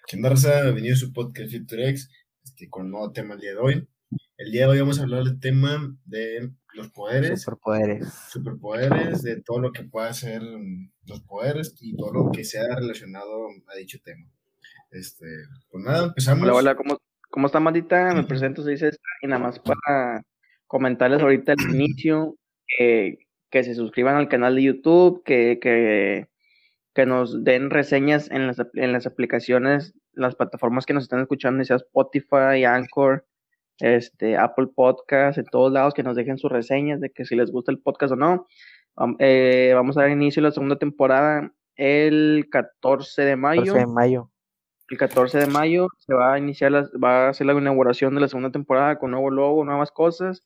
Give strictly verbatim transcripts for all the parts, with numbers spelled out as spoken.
¿Qué onda, raza? Bienvenido a su podcast FutureX, este, con un nuevo tema el día de hoy. El día de hoy vamos a hablar del tema de los poderes, Superpoderes. superpoderes, de todo lo que pueda ser mm, los poderes y todo lo que sea relacionado a dicho tema. Este, pues nada, empezamos. Hola, hola, ¿cómo, cómo está, Mandita? Me presento, soy César, y nada más para comentarles ahorita al inicio que, que se suscriban al canal de YouTube, que, que, que nos den reseñas en las, ap- en las aplicaciones, las plataformas que nos están escuchando, ya sea Spotify, Anchor, este, Apple Podcast, en todos lados, que nos dejen sus reseñas de que si les gusta el podcast o no. Vam- eh, vamos a dar inicio a la segunda temporada el catorce de catorce de mayo. mayo. El catorce de mayo se va a iniciar, las- va a ser la inauguración de la segunda temporada con nuevo logo, nuevas cosas.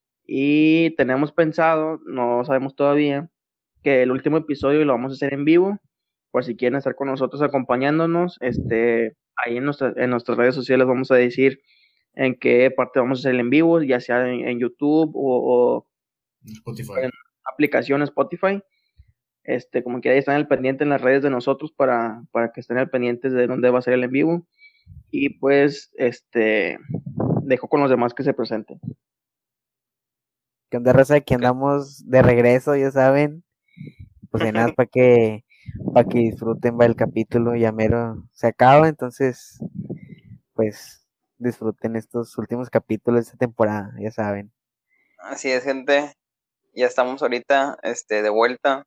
Y tenemos pensado, no sabemos todavía, que el último episodio lo vamos a hacer en vivo. Por si quieren estar con nosotros acompañándonos, este, ahí en, nuestra- en nuestras redes sociales vamos a decir en qué parte vamos a hacer el en vivo, ya sea en, en YouTube o, o Spotify. en aplicación Spotify. Este, como que ahí están al pendiente en las redes de nosotros para, para que estén al pendiente de dónde va a ser el en vivo. Y pues, este, dejo con los demás que se presenten. ¿Qué onda, raza? Aquí andamos de regreso, ya saben. Pues de nada, para que, para que disfruten va el capítulo, ya mero se acaba, entonces, pues disfruten estos últimos capítulos de esta temporada, ya saben. Así es, gente. Ya estamos ahorita este, de vuelta.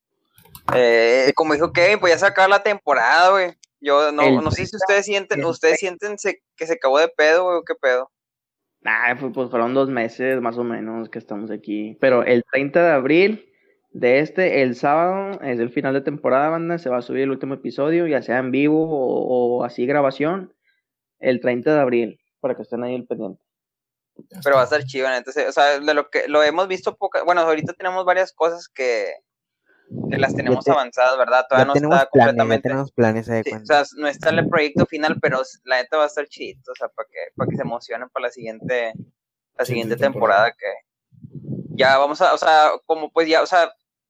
Eh, como dijo Kevin, pues ya se acaba la temporada, güey. Yo no, El no sé si ustedes sienten, el ustedes sienten se- que se acabó de pedo, güey, o qué pedo. Nah, pues, pues fueron dos meses más o menos que estamos aquí. Pero el treinta de abril de este, el sábado, es el final de temporada, banda. Se va a subir el último episodio, ya sea en vivo o, o así grabación, el treinta de abril, para que estén ahí al pendiente. Pero va a estar chido, ¿no? Entonces, o sea, de lo que lo hemos visto poca, bueno, ahorita tenemos varias cosas que, que las tenemos te- avanzadas, ¿verdad? Todavía Ya no tenemos está planes, ya completamente. tenemos planes, se de Sí, o cuenta. sea, no está el proyecto final, pero la neta va a estar chidito, o sea, para que, para que se emocionen para la siguiente, la Siguiente siguiente temporada. temporada que ya vamos a, o sea, como pues ya, o sea,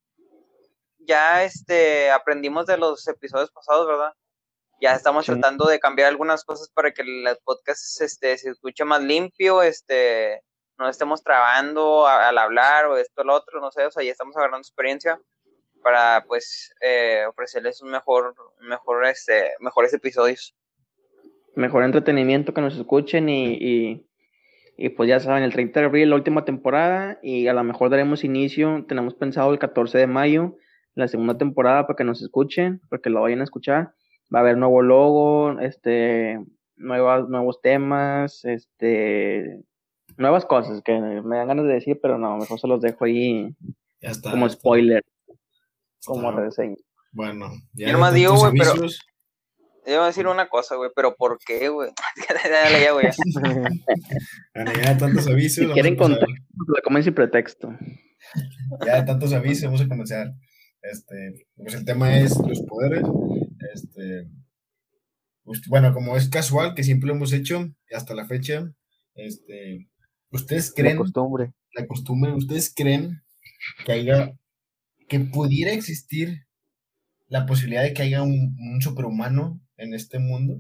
ya este aprendimos de los episodios pasados, ¿verdad? Ya estamos Sí. tratando de cambiar algunas cosas para que el podcast este se escuche más limpio, este no estemos trabando a- al hablar o esto o lo otro, no sé, o sea, ya estamos agarrando experiencia para pues eh, ofrecerles un mejor, un mejor este, mejores episodios. Mejor entretenimiento, que nos escuchen y, y, y pues ya saben, el treinta de abril la última temporada y a lo mejor daremos inicio, tenemos pensado el catorce de mayo, la segunda temporada para que nos escuchen, para que lo vayan a escuchar. Va a haber nuevo logo, este, nuevas, nuevos temas, este, nuevas cosas que me dan ganas de decir, pero no, mejor se los dejo ahí Ya está. como ya está. spoiler, Está. como reseña. Bueno, ya Yo nomás de digo, tantos güey, pero- avisos. Yo voy a decir una cosa, güey, pero ¿por qué, güey? Dale ya, güey. Bueno, ya de tantos avisos. Si vamos quieren a empezar. contexto, la comen sin pretexto. Ya de tantos avisos, vamos a comenzar. Este, pues el tema es los poderes. Este, pues, bueno, como es casual, que siempre lo hemos hecho hasta la fecha, este, ¿ustedes La creen, costumbre. la costumbre, ustedes creen que haya, que pudiera existir la posibilidad de que haya un, un superhumano en este mundo?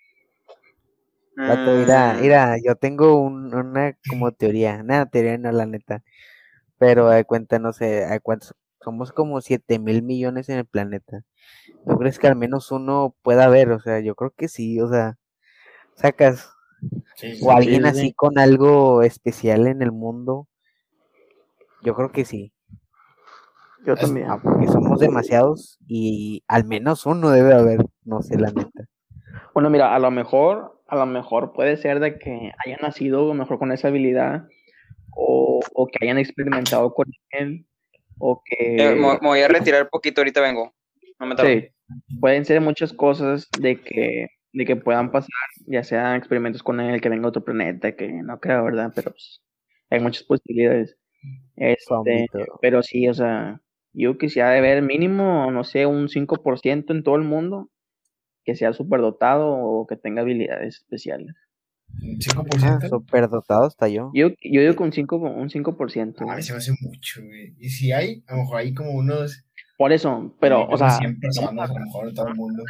Vato, mira, Mm, mira, yo tengo un- una como teoría, nada, teoría no, la neta, pero de cuenta, no sé, a cuántos, somos como siete mil millones en el planeta. ¿No crees que al menos uno pueda ver? O sea, yo creo que sí, o sea, sacas, Sí, sí, o alguien sí, así sí. con algo especial en el mundo, yo creo que sí, Yo Es- también. ah, porque somos demasiados y al menos uno debe haber, no sé, la neta. Bueno, mira, a lo mejor, a lo mejor puede ser de que hayan nacido a lo mejor con esa habilidad o, o que hayan experimentado con él o eh, que me, me voy a retirar poquito, ahorita vengo. No me tardo. sí, pueden ser muchas cosas de que de que puedan pasar, ya sean experimentos con él, que venga a otro planeta, que no creo, ¿verdad? Pero pues, hay muchas posibilidades. Este, Zombie todo. pero sí, o sea, yo quisiera de ver mínimo, no sé, un cinco por ciento en todo el mundo que sea superdotado o que tenga habilidades especiales. ¿Un cinco por Ah, ciento? superdotado está yo. Yo, yo digo que un cinco, un cinco por ciento. A mí se me hace mucho, güey. Y si hay, a lo mejor hay como unos Por eso, pero, o sea, cien personas, a lo mejor en todo el mundo.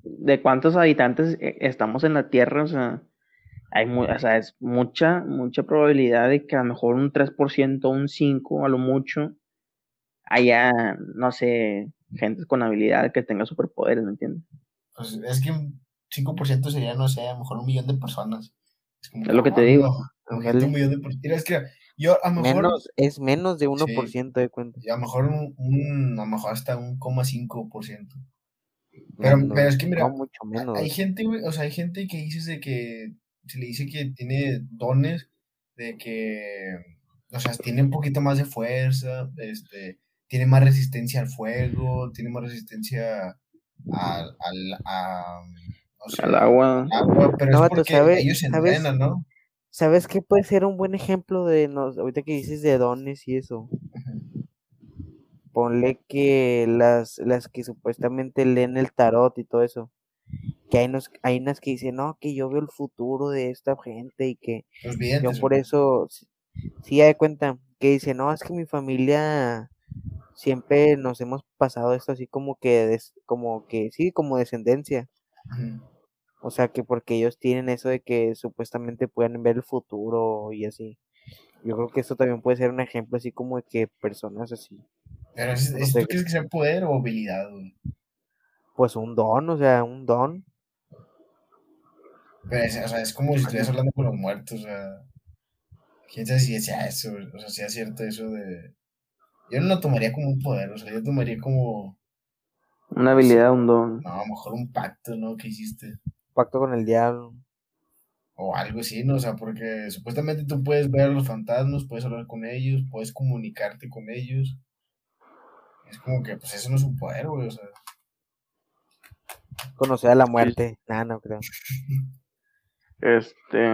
de cuántos habitantes eh, estamos en la Tierra, o sea, hay mu- o sea, es mucha, mucha probabilidad de que a lo mejor un tres por ciento, un cinco por ciento, a lo mucho, haya, no sé, gente con habilidad que tenga superpoderes, ¿me entiendes? Pues es que un cinco por ciento sería, no sé, a lo mejor un millón de personas. Es como Es que, lo que te ah, digo. no, imagínate un Ándale. millón de personas. Mira, es que yo a lo mejor, Menos, es menos de uno por sí, ciento de cuenta. y a lo mejor un, un- a lo mejor hasta un coma cinco por ciento. Pero, pero es Menos, que no, mira, mucho hay hay menos. gente, güey, o sea, hay gente que dices de que se le dice que tiene dones, de que, o sea, tiene un poquito más de fuerza, este, tiene más resistencia al fuego, tiene más resistencia al, al, a, no Al sé, al agua. agua, pero No, es vato, porque ¿sabe, ellos se sabes, entrenan, ¿no? sabes qué puede ser un buen ejemplo de nos, ahorita que dices de dones y eso? Ujú. Ponle que las, las que supuestamente leen el tarot y todo eso, que hay, unos, hay unas que dicen, no, que yo veo el futuro de esta gente y que Los yo videntes, ¿o por qué? eso, sí, sí, ya de cuenta, que dice, no, es que mi familia siempre nos hemos pasado esto así como que, des- como que, sí, como descendencia. Ujú. O sea, que porque ellos tienen eso de que supuestamente pueden ver el futuro y así. Yo creo que esto también puede ser un ejemplo así como de que personas así, Pero es, no es- sé, ¿tú crees que sea poder o habilidad, güey? pues un don, o sea, un don. Pero es, o sea, es como si estuvieras hablando con los muertos, o sea, quién sabe si sea eso, o sea, si es cierto eso de... Yo no lo tomaría como un poder, o sea, yo tomaría como, Una no sé, habilidad, un don. no, a lo mejor un pacto, ¿no? Que hiciste, Pacto con el diablo. o algo así, ¿no? O sea, porque supuestamente tú puedes ver a los fantasmas, puedes hablar con ellos, puedes comunicarte con ellos. Es como que, pues eso no es un poder, güey, o sea, Conocer a la Sí, muerte. Nada, no creo. Este.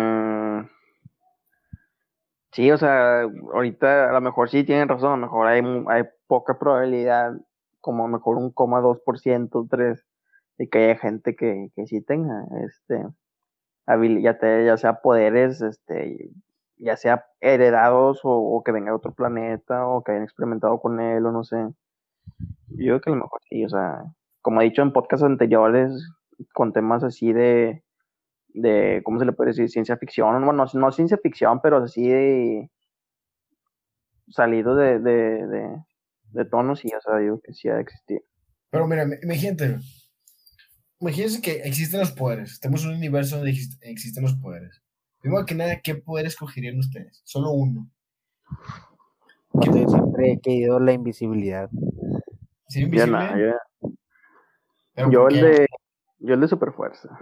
Sí, o sea, ahorita a lo mejor sí tienen razón, a lo mejor hay, mu- hay poca probabilidad, como a lo mejor un coma dos por ciento, tres, de que haya gente que, que sí tenga, este, habil- ya, te- ya sea poderes, este, ya sea heredados o, o que venga de otro planeta o que hayan experimentado con él o no sé. Yo creo que a lo mejor sí, o sea, como he dicho en podcasts anteriores, con temas así de, de, ¿cómo se le puede decir? Ciencia ficción, bueno, no, no ciencia ficción, pero así de salido de, de, de, de tonos y, o sea, digo que sí ha de existir. pero mira, im- imagínate, imagínense que existen los poderes, estamos en un universo donde exist- existen los poderes. Primero que nada, ¿qué poder escogerían ustedes? Solo uno. ¿Qué? Vato, yo siempre he querido la invisibilidad. ¿Ser Ya nada, invisible? yo, ¿Pero por yo el qué? de, yo el de super fuerza.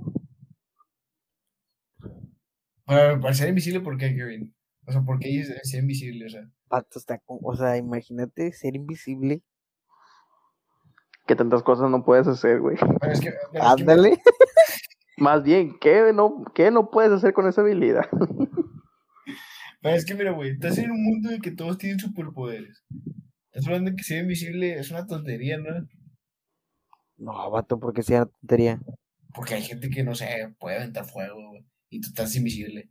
Para, para ser invisible, ¿por qué, Kevin? O sea, ¿por qué dices ser invisible? O sea, Vato, está con- o sea, imagínate ser invisible. Que tantas cosas no puedes hacer, güey. pero es que, pero es que mira, Ándale. Más bien, ¿qué no, qué no puedes hacer con esa habilidad? pero es que mira, güey, estás en un mundo en que todos tienen superpoderes. Estás hablando de que ser invisible es una tontería, ¿no? No, vato, porque sea una tontería. Porque hay gente que, no sé, puede aventar fuego, güey, y tú estás invisible.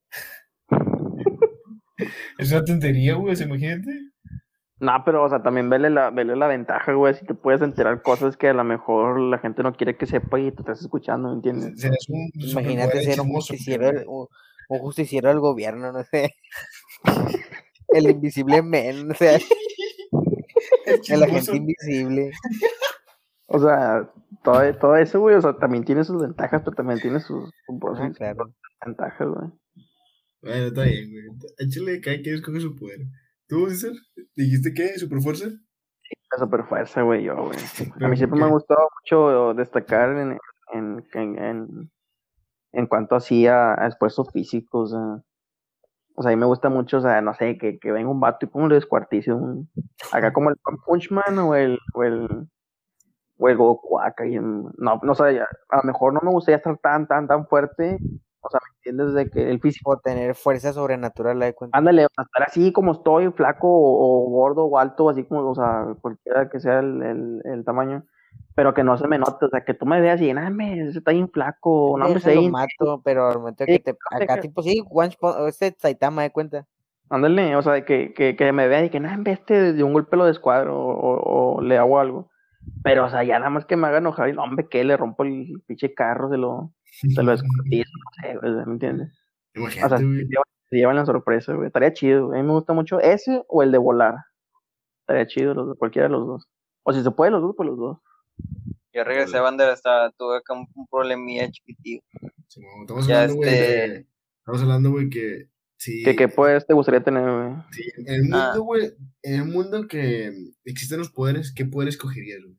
Es una tontería, güey, o sea, imagínate. No, pero, o sea, también vele la, vele la ventaja, güey, si te puedes enterar cosas que a lo mejor la gente no quiere que sepa y tú estás escuchando, ¿me entiendes? Serás un superpoder Imagínate de ser un chismoso, justiciero, Kevin. del- un, un justiciero del gobierno, no sé. El invisible men, o sea, Es el agente chismoso. invisible. O sea, todo, todo eso, güey, o sea, también tiene sus ventajas, pero también tiene sus, sus pros Ah, y sus claro. ventajas, güey. Bueno, está bien, güey. Échale, cada quien escoge su poder. ¿Tú, César? ¿Dijiste qué? ¿Superfuerza? La super fuerza, güey, yo, güey. A ¿Pero mí por siempre me ha qué? gustado mucho destacar en, en, en, en, en cuanto así a, a esfuerzos físicos. O sea, o sea, a mí me gusta mucho, o sea, no sé, que, que venga un vato y pum, lo descuartice. Un, acá como el One Punch Man o el, o el, o el Goku acá. Y en- no, no sé, ya, a lo mejor no me gustaría estar tan, tan, tan fuerte. O sea, ¿me entiendes? De que el físico, O tener fuerza sobrenatural, la de cuenta. ándale, o sea, estar así como estoy, flaco o, o gordo o alto, así como, o sea, cualquiera que sea el, el, el tamaño, pero que no se me note, o sea, que tú me veas y, no, me, ese está bien flaco, no, me sé Déjalo bien, mato, pero al momento de sí, que te. no sé Acá, qué, tipo, sí, One Punch- este Saitama, de cuenta. ándale, o sea, que, que, que me vea y que, no, en vez este de un golpe lo descuadro o, o, o le hago algo, Pero, o sea, ya nada más que me haga enojar y no, hombre, que le rompo el pinche carro, se lo, se lo descortizo, no sé, güey, ¿me entiendes? O sea, Imagínate, se güey. llevan, se llevan la sorpresa, güey. Estaría chido, güey. A mí me gusta mucho ese o el de volar. Estaría chido, los, de- cualquiera de los dos. O si se puede, los dos, pues los dos. Yo regresé a Bandera, hasta tuve acá un, un problemilla chiquitillo. Sí, no, estamos Ya hablando, güey, este, de. Estamos hablando, güey, que si ¿Qué, qué pues te gustaría tener, güey? si en el ah, mundo, güey, en el mundo que existen los poderes, ¿qué poderes cogerías, güey?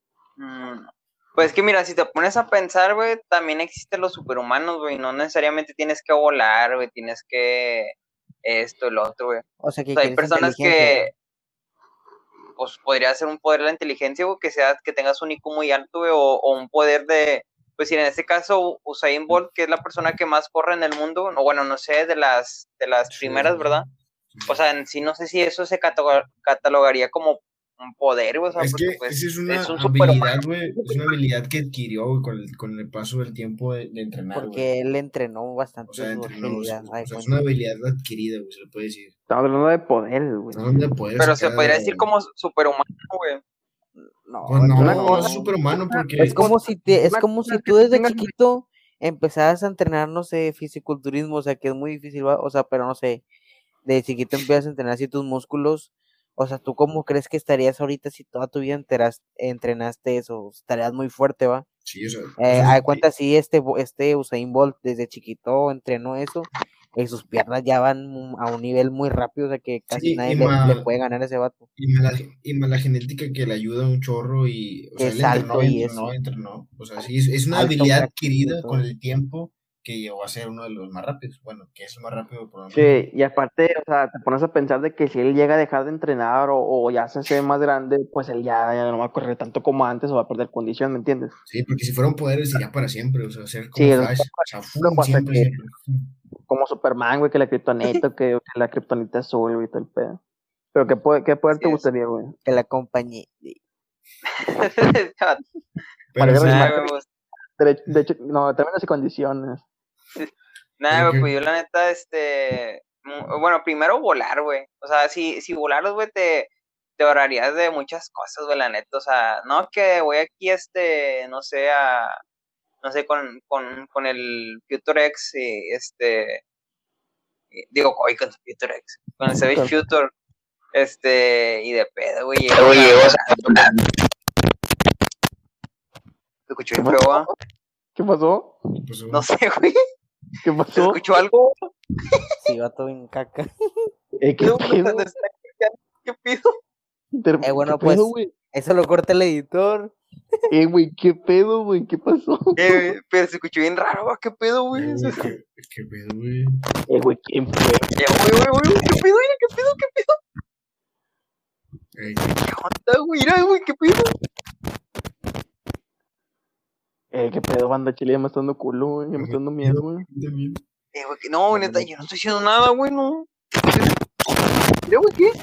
mm, pues que mira, si te pones a pensar, güey, también existen los superhumanos, güey, no necesariamente tienes que volar, güey, tienes que esto, el otro, güey. O sea, O que sea, hay quieres personas inteligencia, que, güey. pues, podría ser un poder de la inteligencia, güey, que sea, que tengas un I Q muy alto, güey, o, o un poder de, pues, si en este caso, Usain Bolt, que es la persona que más corre en el mundo, o bueno, no sé, de las, de las Sí, primeras, ¿verdad? O sea, en sí no sé si eso se cataloga- catalogaría como un poder, güey, o sea, Es porque que pues esa es una es un superhumano. habilidad, güey. Es una habilidad que adquirió, güey, con el, con el paso del tiempo de, de entrenar, güey. Porque él entrenó O bastante sea, su entrenó, o sea, agilidad, haz de o sea, es cuenta. una habilidad adquirida, güey, se le puede decir. Estamos hablando de poderes, güey. No donde poderes Pero se acá podría de- decir como superhumano, güey. No, Pues no, Una no, no cosa, es superhumano porque. Es como si te, es una como cosa si es que tú desde tengas- chiquito empezaras a entrenar, no sé, fisiculturismo, o sea, que es muy difícil, ¿va? O sea, pero no sé, de chiquito empiezas a entrenar así tus músculos, o sea, ¿tú cómo crees que estarías ahorita si toda tu vida enteras- entrenaste eso? Estarías muy fuerte, ¿va? Sí, o sea, o Eh, sea, haz de sí, cuenta, sí, este, Bo- este Usain Bolt desde chiquito entrenó eso, y sus piernas ya van mu- a un nivel muy rápido, o sea, que casi sí, nadie y le, le más, puede ganar a ese vato, y más, la, y más la genética que le ayuda un chorro y, o que sea, él es entrenó alto y y entrenó eso, y entrenó. O sea, sí, es, es una alto, muy habilidad atlético y adquirida con todo. el tiempo que llegó a ser uno de los más rápidos. Bueno, que es el más rápido Sí, probablemente. y aparte, o sea, te pones a pensar de que si él llega a dejar de entrenar o, o ya se hace más grande, pues él ya, ya no va a correr tanto como antes o va a perder condición, ¿me entiendes? Sí, porque si fuera un poder, sería para siempre. O sea, ser Sí, como es Flash. O sea, pero ¡fum! pues hasta Siempre, que, siempre. ¡Fum! como Superman, güey, que la kriptonita, que, que la kriptonita azul, güey, todo el pedo. Pero ¿qué, poder- qué poder Así te es. gustaría, güey? Que la compañía, Pero Para sí, Nah, ir güey, pues, de, de hecho, no, términos y condiciones. nah, pero güey, que, pues yo la neta, este, mu- bueno, primero volar, güey. O sea, si, si volaras, güey, te, te ahorrarías de muchas cosas, güey, la neta. O sea, no que voy aquí, este, no sé, a, no sé, con, con, con el Future X y este, y- digo, hoy con Future X, con el Savage Con- Future, este, y de pedo, güey, llego Oye, acá o sea, volando. ¿Te escuchó ¿Qué bien feo, ah? ¿Qué pasó? pues, No sé, güey. ¿Qué ¿Te pasó? escuchó algo? sí, vato en caca. Eh, ¿Qué No, me pedo? está- está escuchando. ¿Qué pido? Ter- Eh, bueno, ¿Qué pedo, pues, güey? eso lo corta el editor. Eh, güey, ¿qué pedo, güey? ¿Qué pasó? Eh, pero se escuchó bien raro, ¿va? ¿Qué pedo, güey? eh, Eh, güey, qué, qué pedo, güey. Eh, güey, ¿quién fue? güey, güey, güey, güey, ¿qué pedo, güey? ¿Qué pedo, qué pedo? Eh, ¿Qué onda, güey? Mira, güey, ¿qué pedo? Eh, ¿qué pedo, banda chile? Ya me está dando culo, güey. Ya me está dando miedo, güey. también. Eh, güey, que- no, güey, neta, yo no estoy haciendo nada, güey, no. Mira, güey, ¿qué?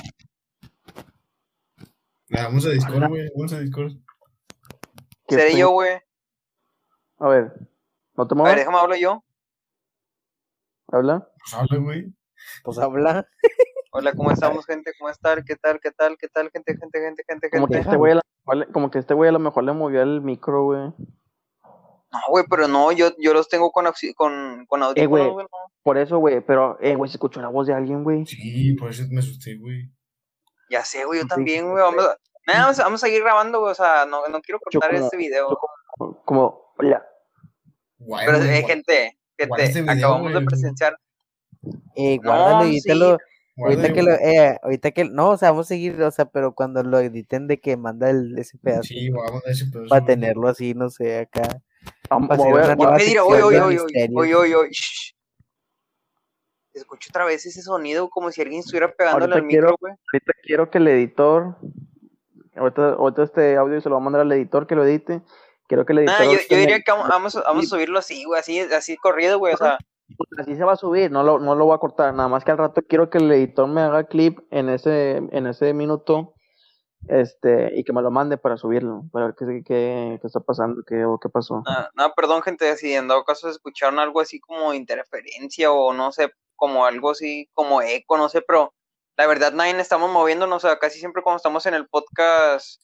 Nada, vamos a Discord, güey. Vamos a Discord. ¿Qué Seré pedo? yo, güey. A ver, ¿no te A ver, muevas? déjame hablar yo. Habla. Pues habla, güey. Pues habla. Hola, ¿cómo estamos, gente? ¿Cómo están? ¿Qué tal? ¿Qué tal? ¿Qué tal, gente? Gente, gente, gente, Como que gente. este güey a la- vale, como que este güey a lo mejor le movió el micro, güey. No, güey, pero no, yo, yo los tengo con, auxi- con, con Eh, güey, audífonos, güey, no. por eso, güey, pero, eh, güey, se escuchó la voz de alguien, güey. Sí, por eso me asusté, güey. Ya sé, güey, yo Sí, también, güey. Vamos a, nada, vamos, a- vamos a seguir grabando, güey. O sea, no, no quiero Yo cortar como- este video. yo como, como, hola. Guay, Pero, güey, eh, guay. gente, Guarda gente, este video, acabamos de güey. presenciar. Eh, No, guárdalo, sí. edítalo. Guarda, Ahorita que güey. lo, eh, ahorita que, no, o sea, vamos a seguir, o sea, pero cuando lo editen de que manda el, ese pedazo, Sí, vamos a ese pedo. para tenerlo así, no sé, acá, Vamos, para vamos hacer a una ver, nueva Me dirá, oye, sección oye, de oye, oye, misterios. oye, oye, oye, shh. Escucho otra vez ese sonido como si alguien estuviera pegándole Ahorita al micro, quiero- güey. ahorita quiero que el editor, ahorita, ahorita este audio se lo va a mandar al editor que lo edite. Quiero que el editor. Nah, yo, ahorita yo me- diría que vamos, vamos, a- vamos a subirlo así, güey, así, así corrido, güey, o sea. Así se va a subir, no lo, no lo voy a cortar, nada más que al rato quiero que el editor me haga clip en ese, en ese minuto, este, y que me lo mande para subirlo, para ver qué, qué, qué está pasando, qué, o qué pasó. Ah, no, perdón, gente, si en dado caso escucharon algo así como interferencia o no sé, como algo así como eco, no sé, pero la verdad nadie estamos moviéndonos, o sea, casi siempre cuando estamos en el podcast,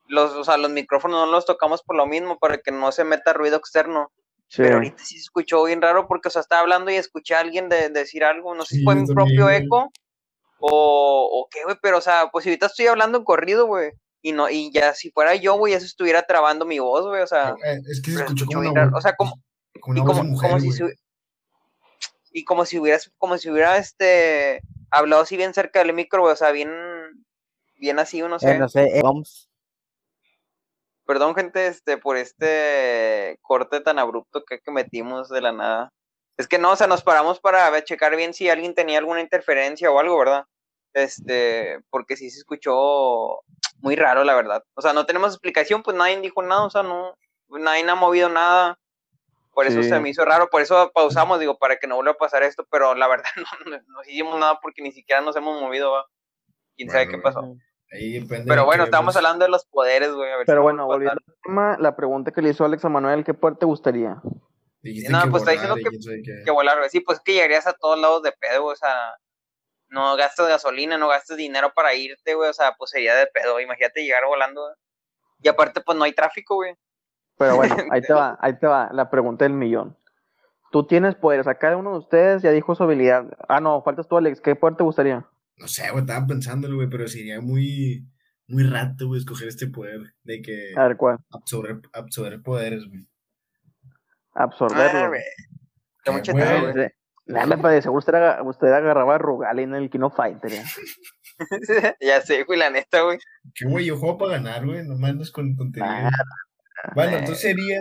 los, o sea, los micrófonos no los tocamos por lo mismo, para que no se meta ruido externo. Sí. Pero ahorita sí se escuchó bien raro porque, o sea, estaba hablando y escuché a alguien de, de decir algo, no sé Sí, si fue yo mi también, propio güey. eco o, o qué, güey, pero, o sea, pues si ahorita estoy hablando en corrido, güey, y no, y ya si fuera yo, güey, ya se estuviera trabando mi voz, güey, o sea, Eh, Es que se pero se escuchó escuchó como una bien raro, voz, o sea, como, como una y voz de como, mujer, como si güey. se, y como si hubieras, como si hubiera, este, hablado así bien cerca del micro, güey, o sea, bien, bien así, no sé. Eh, no sé, eh, vamos. Perdón, gente, este, por este corte tan abrupto que, que metimos de la nada. Es que no, o sea, nos paramos para ver, checar bien si alguien tenía alguna interferencia o algo, ¿verdad? Este, porque sí se escuchó muy raro, la verdad. O sea, no tenemos explicación, pues nadie dijo nada, o sea, no, nadie ha movido nada. Por eso Sí. se me hizo raro, por eso pausamos, digo, para que no vuelva a pasar esto, pero la verdad no, no, no hicimos nada porque ni siquiera nos hemos movido, ¿va? ¿Quién sabe Bueno, qué pasó? Ujú. Ahí depende Pero de bueno, qué, estábamos pues, hablando de los poderes, güey, a ver Pero si no bueno, vuelve a pasar. volviendo al tema, la pregunta que le hizo Alex a Manuel, ¿qué poder te gustaría? dijiste No, que pues está volar diciendo y que, quién sabe qué. que volar, güey. Sí, pues que llegarías a todos lados de pedo, güey, o sea, no gastas gasolina, no gastas dinero para irte, güey, o sea, pues sería de pedo, imagínate llegar volando, güey. Y aparte, pues no hay tráfico, güey. Pero bueno, ahí te va, ahí te va la pregunta del millón. Tú tienes poderes, a cada uno de ustedes ya dijo su habilidad. Ah, no, faltas tú, Alex, ¿qué poder te gustaría? No sé, güey, estaba pensándolo, güey, pero sería muy, muy rato, güey, escoger este poder de que A ver, ¿cuál? absorber, absorber poderes, güey. Absorberlo. Ah, güey, ¿Qué, está muy güey? chetado, güey. Ese- Nada, me parece, usted, aga- usted agarraba a Rugal en el Kino Fighter. ¿eh? Ya sé, güey, la neta, güey. ¿Qué, güey? Yo juego para ganar, güey, no mandes con tonterías. Ah, Bueno, eh. entonces sería...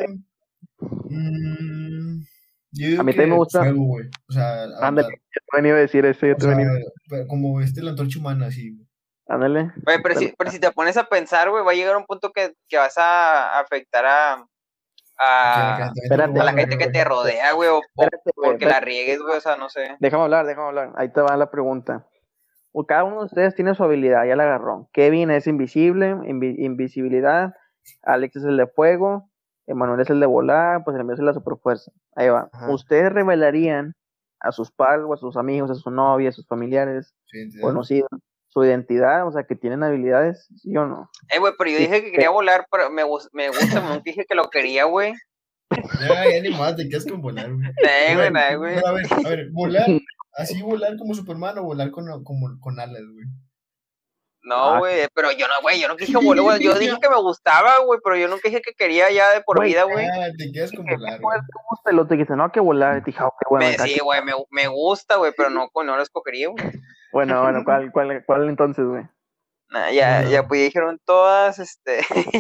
mm, yo digo A mí también me que gusta. fuego, güey. O sea, Ándale, a- yo también iba a decir eso, yo o sea, también iba. pero como este la antorcha humana, así, güey. Ándale. Güey, pero si, pero si te pones a pensar, güey, va a llegar un punto que, que vas a afectar a, Que el a, calentamiento Espérate, a la global, gente que güey. te rodea, güey, o, o Espérate, güey, porque la espérate. riegues, güey, o sea, no sé. Déjame hablar, déjame hablar. Ahí te va la pregunta. O Cada uno de ustedes tiene su habilidad, ya la agarró. Kevin es invisible, invi- invisibilidad. Alex es el de fuego. Emanuel es el de volar. Pues el mío es la superfuerza. Ahí va. Ajá. ¿Ustedes revelarían a sus padres o a sus amigos, a su novia, a sus familiares Sí, ¿entiendes? conocidos su identidad? O sea, que tienen habilidades, ¿sí o no? Eh, güey, pero yo dije que quería volar, pero me, gus- me gusta, nunca dije que lo quería, güey. Ya, ya ni más, te quedas con volar, güey. Eh, güey, Güey, nah, güey. pero a ver, a ver, volar, así volar como Superman o volar con, como, con alas, güey. No, Ah. güey, pero yo no, güey, yo no dije volar, güey. Yo dije que me gustaba, güey, pero yo nunca dije que quería ya de por Güey, vida, güey. Ah, te quedas con ¿Qué volar, güey. poder te gusta? Y lo te dijiste, no, que volar. Y te dije, ah, ok, bueno, Me, está sí, chido. güey, me, me gusta, güey, pero no, no lo escogería, güey. Bueno, bueno, ¿cuál, cuál, cuál entonces, güey? Nah, ya, Volar. ya, pues ya dijeron todas, este.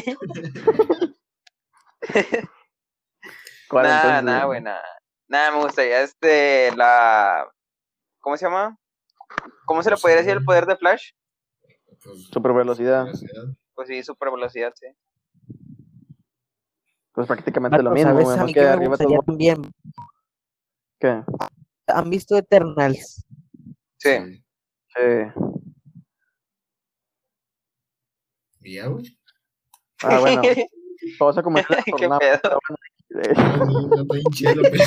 ¿Cuál Nada, entonces? nada, güey, nada. Nada, me gustaría, este, la. ¿Cómo se llama? ¿Cómo se le No podría sé, decir el poder de Flash? Pues, Super velocidad. velocidad. Pues sí, super velocidad, sí. Pues prácticamente lo Vato, mismo, ¿sabes güey. a Más mí que que me arriba gustaría todo. también? ¿Qué? ¿Han visto Eternals? Sí. Sí. Sí. ¿Y ya, güey? Ah, bueno. Vamos a comenzar el ¿Qué tornado. pedo? No, no, no está bien chido, pero...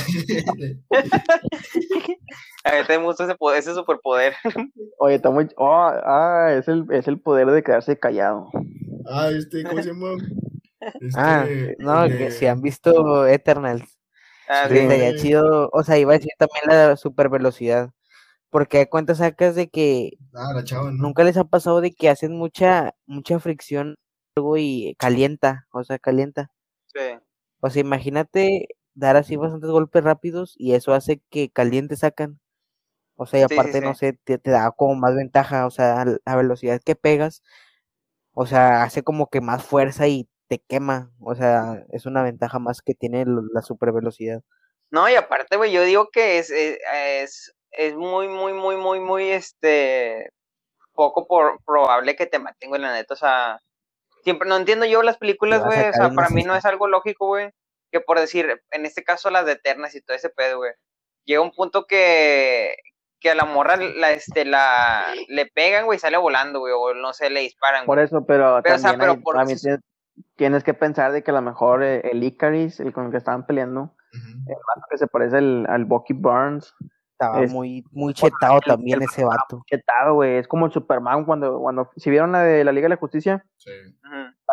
A mí también me gusta ese, poder, ese superpoder. Oye, está muy. Oh, ah, es el, es el poder de quedarse callado. Ah, este, ¿cómo se llama? Este, Ah, no, el que de- si han visto Eternals, Ah, Sí. sí. estaría chido, o sea, iba a decir también la super velocidad, porque de cuenta sacas de que Ah, la chava, ¿no? nunca les ha pasado de que hacen mucha, mucha fricción algo y calienta, o sea, calienta. Sí. O sea, imagínate dar así bastantes golpes rápidos y eso hace que caliente sacan. O sea, y Sí, sí, aparte, no sí. sé, te, te da como más ventaja, o sea, a la velocidad que pegas, o sea, hace como que más fuerza y te quema, o sea, es una ventaja más que tiene lo- la super velocidad. No, y aparte, güey, yo digo que es, es, es, es muy, muy, muy, muy, muy, este, poco por, probable que te maten, güey, la neta, o sea, siempre, no entiendo yo las películas, vas a güey, o sacar sea, un para mí no asesino. es algo lógico, güey, que por decir, en este caso las de Eternas y todo ese pedo, güey, llega un punto que, que a la morra, la, este, la, le pegan, güey, y sale volando, güey, o no sé, le disparan, Por güey, eso, pero, pero, o sea, también, pero hay, por, también tienes, tienes que pensar de que a lo mejor eh, el Icaris, el con el que estaban peleando, Ujú. el vato que se parece al, al Bucky Barnes, Estaba es- muy, muy chetado el- también el ese vato. chetado, güey. Es como el Superman cuando, cuando, si vieron la de la Liga de la Justicia, Sí. ujú. la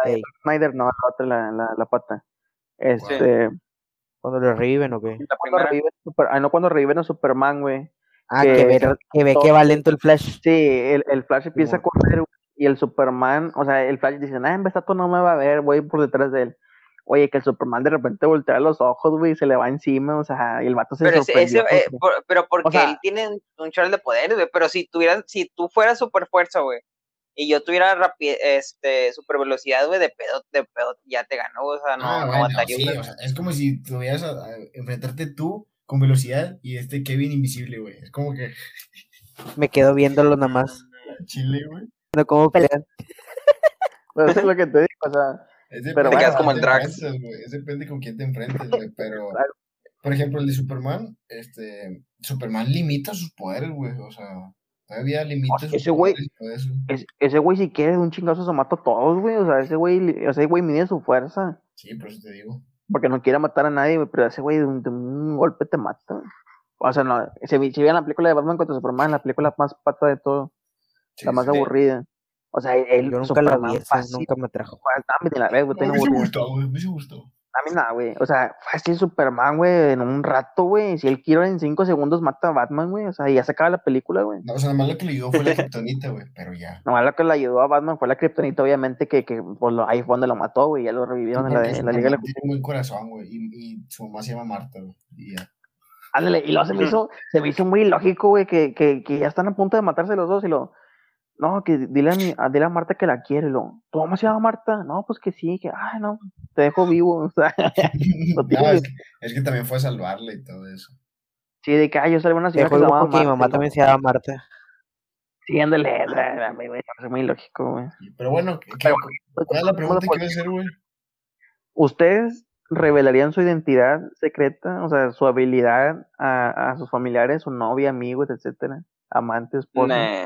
Ey, Snyder, no, la otra, la, la, la pata. Este, ¿cuándo lo reviven o qué? La cuando primera. reviven, super, ah, no, cuando reviven a Superman, güey. Ah, que- que, ve, que ve que va lento el Flash. Sí, el, el Flash empieza a Simón. correr, güey, y el Superman, o sea, el Flash dice, ah, en vez no me va a ver, voy por detrás de él. Oye, que el Superman de repente voltea los ojos, güey, y se le va encima, o sea, y el vato se Pero ese, ese, sorprendió. eh, porque- por- pero porque o sea- él tiene un, un chorro de poderes, güey. Pero si tuvieras, si tú fueras super fuerza, güey, y yo tuviera rapi- este, super velocidad, güey, de pedo, de pedo, ya te ganó, o sea, no, Ah, no bueno, batallo, sí, güey. o sea, es como si tuvieras a, a enfrentarte tú con velocidad y este Kevin invisible, güey. Es como que Me quedo viéndolo nada más. Chile, güey. No cómo pelean. Pero eso es lo que te digo, o sea, Es Pero depende bueno, con como quién el te Drax. enfrentes, güey. Es depende con quién te enfrentes, güey. Pero, Claro. por ejemplo, el de Superman, este, Superman limita sus poderes, güey. O sea, todavía limita sus ese güey- poderes y todo eso. es- ese güey si quiere de un chingazo se mata a todos, güey, o sea, ese güey, ese güey mide su fuerza, Sí, por eso te digo. porque no quiere matar a nadie, güey, pero ese güey de un, de un golpe te mata, güey. O sea, no, si, vi- si vean la película de Batman contra Superman, la película más pata de todo, Sí, la más sí. aburrida. O sea, él, Yo nunca la Superman vi, esa fácil, nunca me atrajo. dame de la vez, güey, No, a está mí sí me aburrida. gustó, güey. A mí sí me gustó. A mí nada, güey. O sea, fácil Superman, güey, en un rato, güey. Si él quiere en cinco segundos mata a Batman, güey. O sea, ya se acaba la película, güey. No, o sea, nada más lo que le ayudó fue la kriptonita, güey. Pero ya. Nomás lo que le ayudó a Batman fue la kriptonita, obviamente, que, que pues, lo, ahí fue donde lo mató, güey. Ya lo revivieron en la, Porque en la Liga de la Superman tiene un buen corazón, güey. Y, y su mamá se llama Marta, güey. Y ya. Ándale, y luego se me hizo, se me hizo muy ilógico, güey, que, que, que ya están a punto de matarse los dos y lo, no, que dile a, mi, a, dile a Marta que la quiere, y lo, ¿tu mamá se llama Marta? No, pues que sí, que, ay, no, te dejo vivo, o sea, No, típico. es, que, es que también fue a salvarle y todo eso. sí, de que, ay, yo salí una Te señora que juego se llamaba porque mi Marta, mamá y lo, también se llama Marta. sí, ándale, güey, es muy ilógico, güey. Pero bueno, ¿qué, Pero qué, ¿cuál es la pregunta que iba a hacer, güey? ¿Ustedes revelarían su identidad secreta, o sea, su habilidad a, a sus familiares, su novia, amigos, etcétera, amantes, esposos? Nah.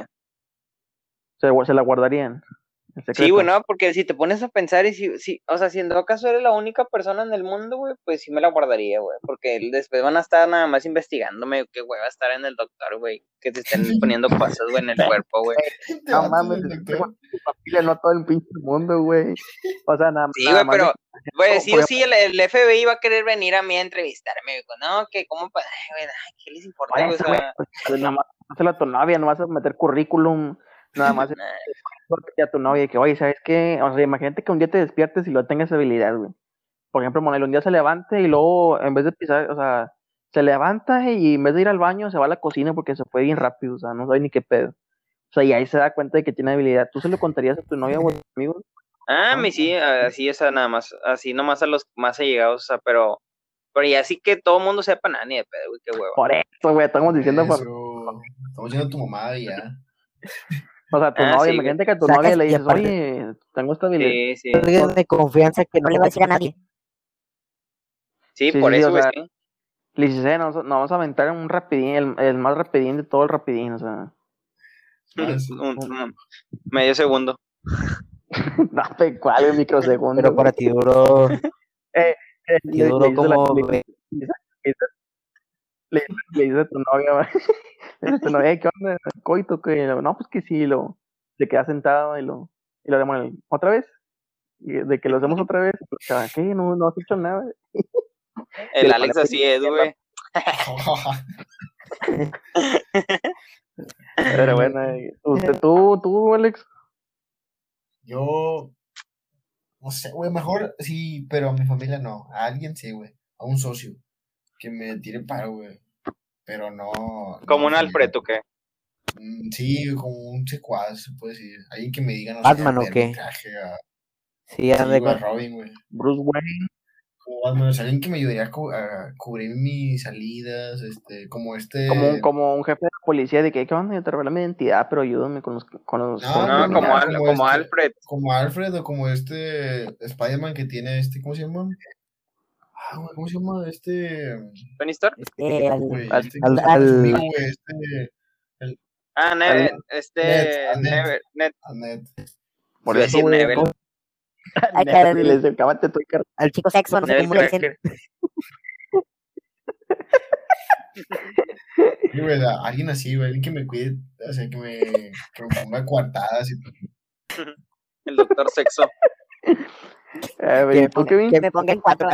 ¿Se, se la guardarían? El secreto. Sí, güey, no, porque si te pones a pensar y si, si, o sea, si en todo caso eres la única persona en el mundo, güey, pues sí me la guardaría, güey, porque después van a estar nada más investigándome, qué güey va a estar en el doctor, güey, que te estén poniendo cosas, güey, en el cuerpo, güey. Te No vas mames, al es doctor. tu familia, no todo el pinche mundo, güey. O sea, nada, Sí, nada güey, más pero, de- güey, sí por o sí el, el F B I va a querer venir a mí a entrevistarme, güey, no, que cómo, pa- ay, güey, ay, ¿qué les importa, Por güey? O eso, güey, sea, pues, nada más hazle a tu novia, no vas a meter currículum, nada más nah. a tu novia, que, oye, ¿sabes qué? O sea, imagínate que un día te despiertes y lo tengas habilidad, güey. Por ejemplo, Monel, un día se levante y luego, en vez de pisar, o sea, se levanta y en vez de ir al baño, se va a la cocina porque se fue bien rápido, o sea, no sabe ni qué pedo. O sea, y ahí se da cuenta de que tiene habilidad. ¿Tú se lo contarías a tu novia o a tu amigo? Ah, ¿No? mi sí, así, o sea, nada más, así nomás a los más allegados, o sea, pero, pero ya sí que todo el mundo sepa nada, ni de pedo, güey, qué huevo. Por eso, güey, estamos diciendo, Eso. por- Estamos diciendo a tu mamá y ya. o sea, tu Ah, novia, sí, güey. imagínate que a tu Sacas novia le y dices, aparte- oye, tengo esta habilidad. Sí, sí, Alguien de confianza que no le va a decir a nadie. sí, Sí, por sí, sí, eso, o güey, sea, sí. Le dices, eh, nos, nos vamos a aventar un rapidín, el, el más rapidín de todo el rapidín, o sea. Más. Un- un- medio segundo. No te cuál, un microsegundo. Pero para ti duró, Eh, eh, ti le, le duró dices la- como... le- le, le dices a tu novia, güey, le dices a tu novia, "Ey, ¿qué onda? ¿Coito? Que no, pues que sí, lo, se queda sentado y lo, y lo hacemos otra vez. Y de que lo hacemos otra vez, pues, ah, ¿qué? No, no has hecho nada. El le Alex pone- así es, güey. Pero bueno, eh, usted, tú, tú, Alex. Yo. No sé, güey. Mejor sí, pero a mi familia no. A alguien sí, güey. A un socio. Que me tire paro, güey. Pero no. Como no, un Alfred, ¿o qué? Mm, Sí, como un secuaz, se puede decir. Alguien que me diga, no ¿Batman sé, o ver qué? mi traje, a, Sí, anda sí, de güey, a con- Robin, güey. Bruce Wayne. Como Batman, o sea, alguien que me ayudaría a, cu- a cubrir mis salidas, este, como este... Como un, como un jefe de la policía de que, ¿qué onda? Yo te revelé mi identidad, pero ayúdame con los... Con los No, con No, los- no, como, no, Al- como como este- Alfred. Como Alfred o como este Spider-Man que tiene este, ¿cómo se llama? Ah, güey, ¿cómo se llama? Este... ¿Tony Stark? Este, al- Güey, al- este, ¿cómo se al- llama su al- amigo, güey? Este... Ah, Ned, este, Ned, ah, Ned. Never, Ned. Annette. Por Iba a eso, decir güey. Neville. Ay, Neta, caray. y le dice, "Cámate tú, car-". al chico sexo, no sé Neville cómo le dicen. Cracker. Sí, güey, a- alguien así, güey, alguien que me cuide, o sea, que me, que me ponga coartadas y El doctor sexo. Eh, güey, Que ¿y me tú, ponga- Kevin? que me pongan cuatro.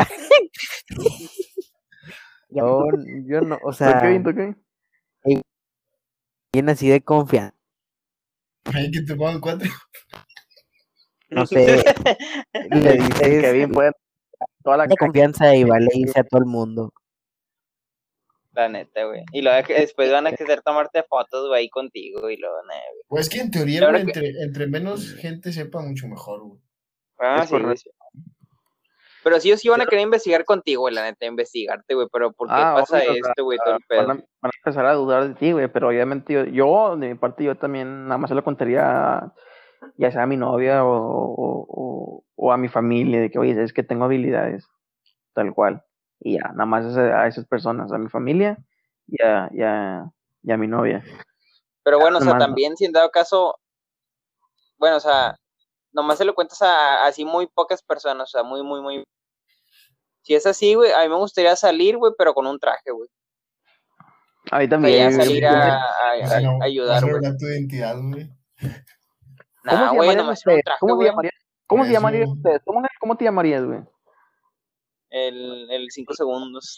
Yo, yo no, o ¿Tú, sea, Kevin? ¿Tú, Kevin? bien así de confianza. Ay, que te pongan cuatro. No sé, le El dices Kevin puede toda la de cancha. confianza y va, le dice a todo el mundo. La neta, güey. Y luego que después van a querer tomarte fotos, güey, ahí contigo y luego, nah, güey. Pues que en teoría, Claro güey, que- entre, entre menos gente sepa, mucho mejor, güey. Ah, Es sí, güey, correcto. sí. Pero sí o sí van a querer investigar contigo, güey, la neta, investigarte, güey. Pero ¿por qué Ah, pasa obvio, o sea, esto, güey, todo el van pedo? a, van a empezar a dudar de ti, güey, pero obviamente yo, yo, de mi parte, yo también nada más se lo contaría, ya sea a mi novia o, o, o, o a mi familia, de que, oye, es que tengo habilidades, tal cual. Y ya, nada más a, a esas personas, a mi familia y a, y a, y a mi novia. Pero bueno, o sea, Nomás, ¿no? también si en dado caso, bueno, o sea, nomás se lo cuentas a así muy pocas personas, o sea, muy, muy, muy. Si es así, güey, a mí me gustaría salir, güey, pero con un traje, güey. A mí O sea, también. ya yo- salir yo- a, yo- a- O sea, a- no, a vas a ayudar, güey. revelar tu identidad, güey. ¿Cómo Nah, se güey, llamarían nomás en un ustedes? traje, ¿Cómo se güey. llamarían? ¿Cómo Por se llamarían eso- ustedes? ¿Cómo, cómo te llamarías, güey? El, el cinco segundos.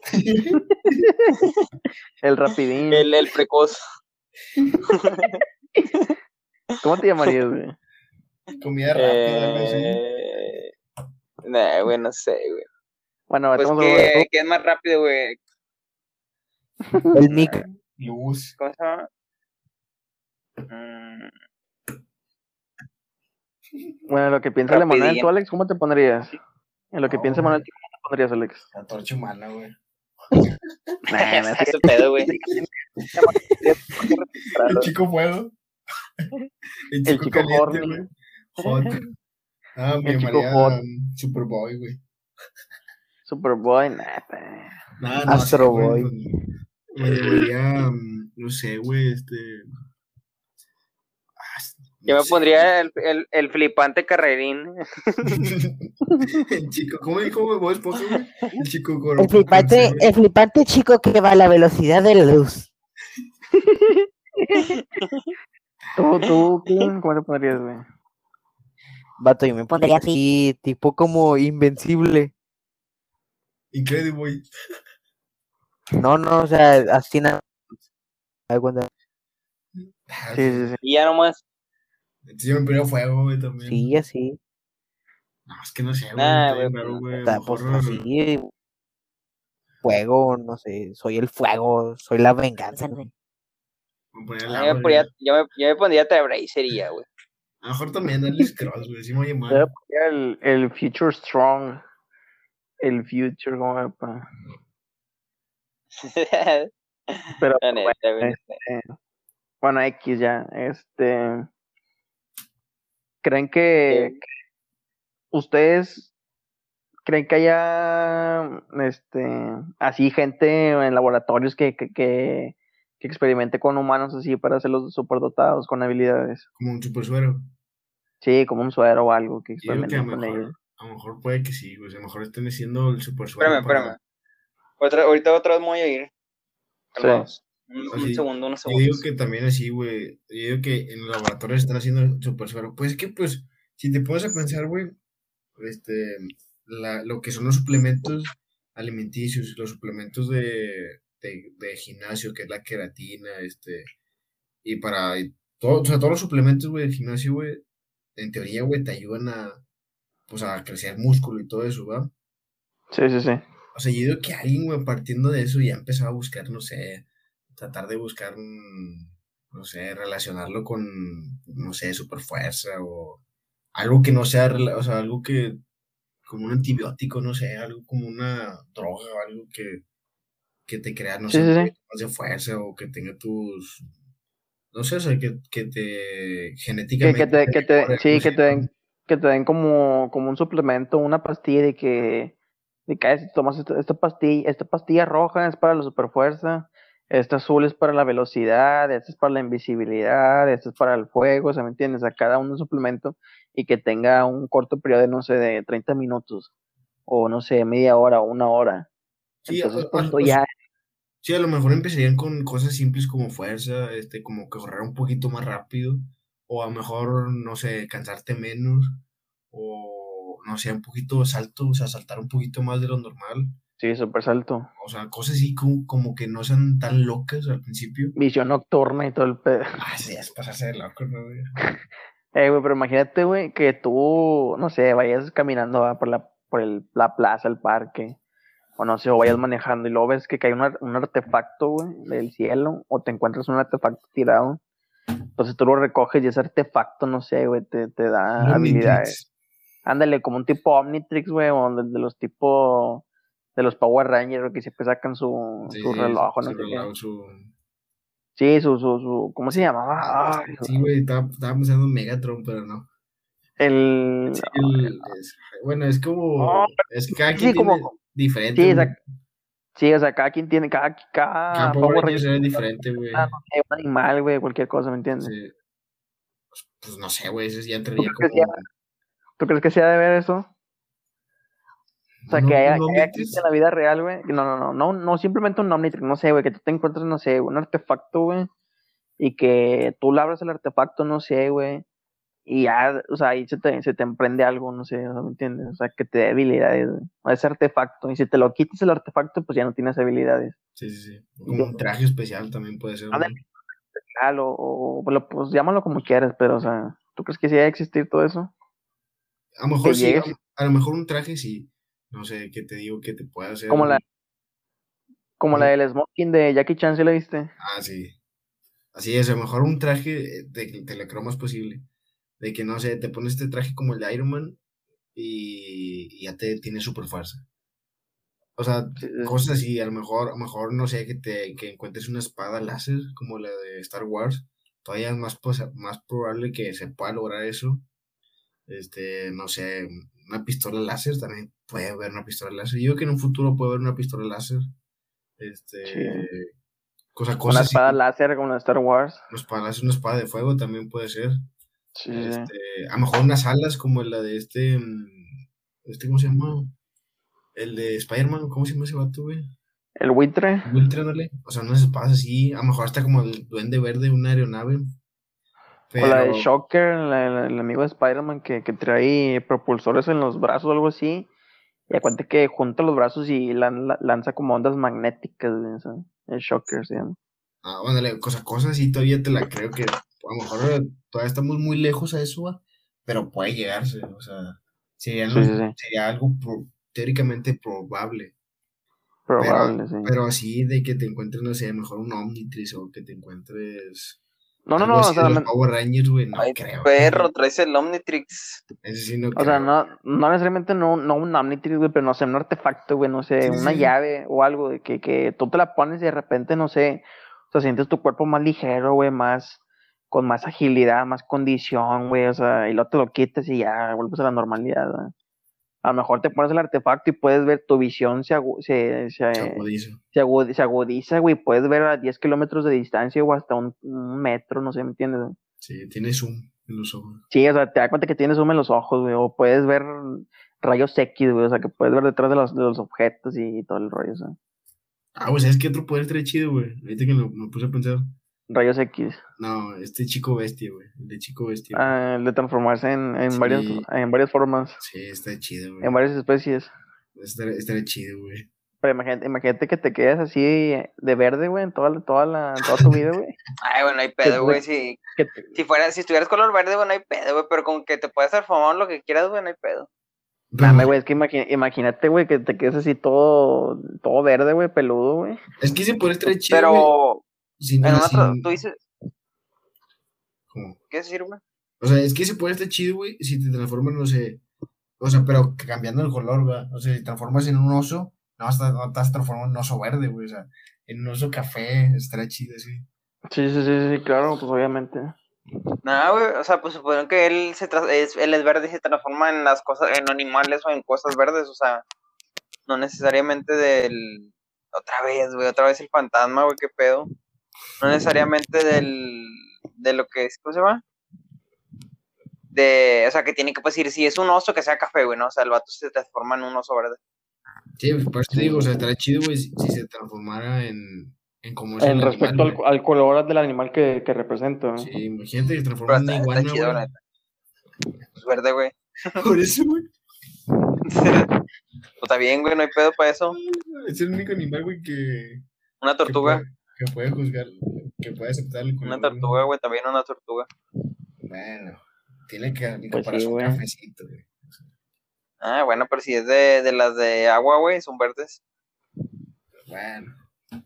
El rapidín. El, el precoz. ¿Cómo te llamarías, güey? Comida rápida, algo así. Eh... Nah, güey, no sé, güey. Bueno, Pues estamos que, que es más rápido, güey. El mic. Luz. ¿Cómo se llama? Mm, Bueno, en lo que piensa el Emanuel, Rapidín. ¿tú, Alex, cómo te pondrías? En lo que No, piensa güey. Emanuel, ¿tú ¿cómo te pondrías, Alex? La torcha humana, güey. Nah, nah, Ese pedo, güey. El chico fuego. El chico, chico caliente, horny. güey. Hot. Ah, me El chico llamaría hot. um, Superboy, güey. Superboy, nah, nah. Nah, no Astro sé, güey, Boy. pues, me llamaría, um, no sé, güey, este. ah, Yo no me sé, pondría el, el, el flipante carrerín. El chico, ¿cómo dijo güey, Bob Esponja, güey? El chico con El flipante, con- el flipante chico que va a la velocidad de la luz. ¿Tú, tú, Kevin, cómo te pondrías, güey? Vato, yo me pondría así, tipo como invencible. Incredible, güey. No, no, o sea, así nada. Ay, cuando- Ah, Sí, sí, sí. Y ya nomás. Entonces yo me pondría fuego, güey, también. Sí, así. No, es que no sé, güey. Nah, está bien güey, raro, pues, güey. O A sea, lo pues mejor, así. Fuego, no sé, soy el fuego, soy la venganza, güey. me pondría el Yo agua, me, pondría, güey. yo, me, yo me pondría Trailblazería, güey. A lo mejor también Alex Cross, güey. Sí me oye Yo mal. pondría el, el Future Strong. El Future, ¿cómo me pa- Pero, La bueno, neta, güey. este, bueno, X ya, este... ¿Creen que, Sí. que ustedes creen que haya este así gente en laboratorios que, que, que, que experimente con humanos así para hacerlos superdotados con habilidades? Como un super suero. Sí, como un suero o algo que Yo digo que a experimenten lo con mejor, ellos. a lo mejor puede que sí, güey. A lo mejor estén haciendo el super suero. Espérame, para- espérame. Otra, ahorita otra vez me voy a ir. Calmados. Un, un Así, segundo, unos Yo digo segundos. que también así, güey. Yo digo que en los laboratorios están haciendo el super suero. Pues es que, pues, si te pones a pensar, güey, este, la, lo que son los suplementos alimenticios, los suplementos de, de, de gimnasio, que es la queratina, este, y para y todo, o sea, todos los suplementos, güey, del gimnasio, güey, en teoría, güey, te ayudan a, pues, a crecer músculo y todo eso, ¿va? Sí, sí, sí. O sea, yo digo que alguien, güey, partiendo de eso ya empezaba a buscar, no sé, tratar de buscar, un, no sé, relacionarlo con, no sé, super fuerza o algo que no sea, rela- o sea, algo que, como un antibiótico, no sé, algo como una droga o algo que, que te crea, no Sí, sé, sí, un sí. poquito más de fuerza o que tenga tus, no sé, o sea, que, que te Que, genéticamente que te, que te, mejore, sí, algo que así, te ¿no? den, que te den como, como un suplemento, una pastilla de que, de que "Ay, si tomas esta, esta pastilla, esta pastilla roja es para la superfuerza, esta azul es para la velocidad, esta es para la invisibilidad, esta es para el fuego", o sea, ¿me entiendes? A cada uno un suplemento y que tenga un corto periodo de, no sé, de treinta minutos o no sé, media hora o una hora. Sí, o- Entonces, o- pues tú o- ya, sí, a lo mejor empezarían con cosas simples como fuerza, este, como que correr un poquito más rápido, o a lo mejor, no sé, cansarte menos, o no sé, un poquito salto, o sea, saltar un poquito más de lo normal. Sí, súper salto. O sea, cosas así como, como que no sean tan locas al principio. Visión nocturna y todo el pedo. Ah, sí, es pasarse de loco, ¿no, güey? Eh, güey, pero imagínate, güey, que tú, no sé, vayas caminando ¿va? por la por el, la plaza, el parque, o no sé, o vayas manejando y luego ves que cae un, ar- un artefacto, güey, del cielo, o te encuentras un artefacto tirado. Entonces tú lo recoges y ese artefacto, no sé, güey, te, te da Un habilidades. Omnitrix. Ándale, como un tipo Omnitrix, güey, o de, de los tipo de los Power Rangers, güey, que siempre sacan su, Sí, su sí, reloj, o no su sé qué. reloj, su... Sí, su, su, su, ¿cómo se Sí, llamaba? Ay, sí, güey, estaba, estaba pensando en Megatron, pero no. el... Sí, el- es- bueno, es Oh, como, es que cada sí, quien sí, tiene como... diferente, Sí, güey. esa- sí, o sea, cada quien tiene, cada, Cada cada Power Power Ranger Ranger es diferente, güey. ah, no sé, un animal, güey, cualquier cosa, ¿me entiendes? Sí. Pues no sé, güey, eso ya ¿Tú entraría crees que sea, como tú crees que sea de ver eso? O sea, un, que Om- haya, un que haya gente Omnitrix. en la vida real, güey. No, no, no, no, no simplemente un Omnitrix, no sé, güey, que tú te encuentres, no sé, un artefacto, güey, y que tú le abres el artefacto, no sé, güey, y ya, o sea, ahí se te, se te emprende algo, no sé, o sea, ¿me entiendes? O sea, que te dé habilidades, güey, a ese artefacto, y si te lo quitas el artefacto, pues ya no tienes habilidades. Sí, sí, sí. Y Como tú, un traje especial también puede ser, ¿no? ándale, o, o, o, pues llámalo como quieras, pero, o sea, ¿tú crees que sí va a existir todo eso? A lo mejor Que sí, a, llegues a lo mejor un traje sí. No sé, qué te digo que te puede hacer. como la, como la ¿Cómo? del smoking de Jackie Chan, ¿sí la viste? Ah, sí. Así es, a lo mejor un traje de que te lo creo más posible. De que no sé, te pones este traje como el de Iron Man y, y ya te tiene super fuerza. O sea, Sí, sí, cosas así, a lo mejor, a lo mejor, no sé, que te que encuentres una espada láser como la de Star Wars. Todavía es más, posa- más probable que se pueda lograr eso. Este, no sé, una pistola láser también puede haber una pistola láser. Yo creo que en un futuro puede haber una pistola láser. sí. Este, cosa, Una cosas así. espada láser como la de Star Wars. Una espada láser, una espada de fuego también puede ser. Sí, sí, sí. Este, a lo mejor unas alas como la de este, mm, este, ¿cómo se llama? El de Spider-Man, ¿cómo se llama ese vato, güey? El buitre. Wiltranale, o sea, unas espadas así, a lo mejor hasta como el Duende Verde, una aeronave, O la de pero, Shocker, la- la- el amigo de Spider-Man que, que trae propulsores en los brazos o algo así. Y acuérdate que junta los brazos y lan- la- lanza como ondas magnéticas, güey, o sea, el Shocker se llama. ah, ándale, cosa, cosas así todavía te la creo que a lo mejor eh, todavía estamos muy lejos a eso, va, pero puede llegarse, o sea, sería, Sí, no- sí, sí. sería algo pro- teóricamente probable, pero, Probable, sí. pero así de que te encuentres, no sé, mejor un Omnitrix o que te encuentres No, no, algo no, o así de sea, los me- Power Rangers, güey, no Ay, creo, perro, traes el Omnitrix. ese sí no o sea, creo. no, no necesariamente no, no un Omnitrix, güey, pero no sé, un artefacto, güey, no sé, Sí, una sí, llave o algo de que, que tú te la pones y de repente, no sé, o sea, sientes tu cuerpo más ligero, güey, más, con más agilidad, más condición, güey, o sea, y luego te lo quitas y ya vuelves a la normalidad, güey. A lo mejor te pones el artefacto y puedes ver tu visión se, agu- se, se, chapudizo. se, agu- se agudiza, güey, puedes ver a diez kilómetros de distancia o hasta un, un metro, no sé, ¿me entiendes? Güey? Sí, tiene zoom en los ojos. Sí, o sea, te das cuenta que tienes zoom en los ojos, güey, o puedes ver rayos X, güey, o sea, que puedes ver detrás de los, de los objetos y, y todo el rollo, o sea, Ah, pues, ¿sabes qué otro poder estaría chido, güey? Ahorita que me, me puse a pensar. rayos X. No, este chico bestia, güey. El de chico bestia, güey. Ah, el de transformarse en, en, Sí. varias, en varias formas, Sí, está chido, güey. en varias especies. Estaría, estaría chido, güey. Pero imagínate, imagínate que te quedes así de verde, güey, en toda, la- toda, la, toda tu vida, güey. Ay, bueno, no hay Que pedo, te- güey. Si, que te- si fuera, si estuvieras color verde, güey, no hay pedo, güey. Pero con que te puedes transformar en lo que quieras, güey, no hay pedo. Pero Dame, güey, es que imagi- imagínate, güey, que te quedes así todo, todo verde, güey, peludo, güey. es que ese poder estaría chido, güey. Pero Sin, o en sea, una tra- sin... tú dices, ¿Cómo? ¿qué decir, güey? O sea, es que ese poder está chido, güey, si te transformas, no sé... O sea, pero que cambiando el color, güey. O sea, si te transformas en un oso, no vas a, no te vas a transformar en un oso verde, güey. O sea, en un oso café, estaría chido, sí. Sí, sí, sí, sí, claro, pues obviamente. Nada, güey, o sea, pues supone que él se tra- es, él es verde y se transforma en las cosas, en animales o en cosas verdes, o sea, no necesariamente del, otra vez, güey, otra vez el fantasma, güey, qué pedo, no necesariamente del, de lo que es, ¿cómo se llama? De, o sea, que tiene que, pues, decir, si es un oso, que sea café, güey, ¿no? O sea, el vato se transforma en un oso verde. Sí, pues por eso te Sí. digo, o sea, estaría chido, güey, si, si se transformara en, en como es el En animal, respecto al, güey. al color del animal que, que representa, ¿no? Sí, imagínate que se Pero transforma en una está, está iguana, chido, güey. neta. Pues verde, güey. Por eso, güey. Pues está bien, güey, no hay pedo para eso. Es el único animal, güey, que, Una que, tortuga. puede, que puede juzgar, que puede aceptar el Una color, tortuga, güey, también una tortuga. Bueno, tiene que el Pues sí, caparazón güey. cafecito, güey. Ah, bueno, pero si es de, de las de agua, güey, son verdes. Bueno.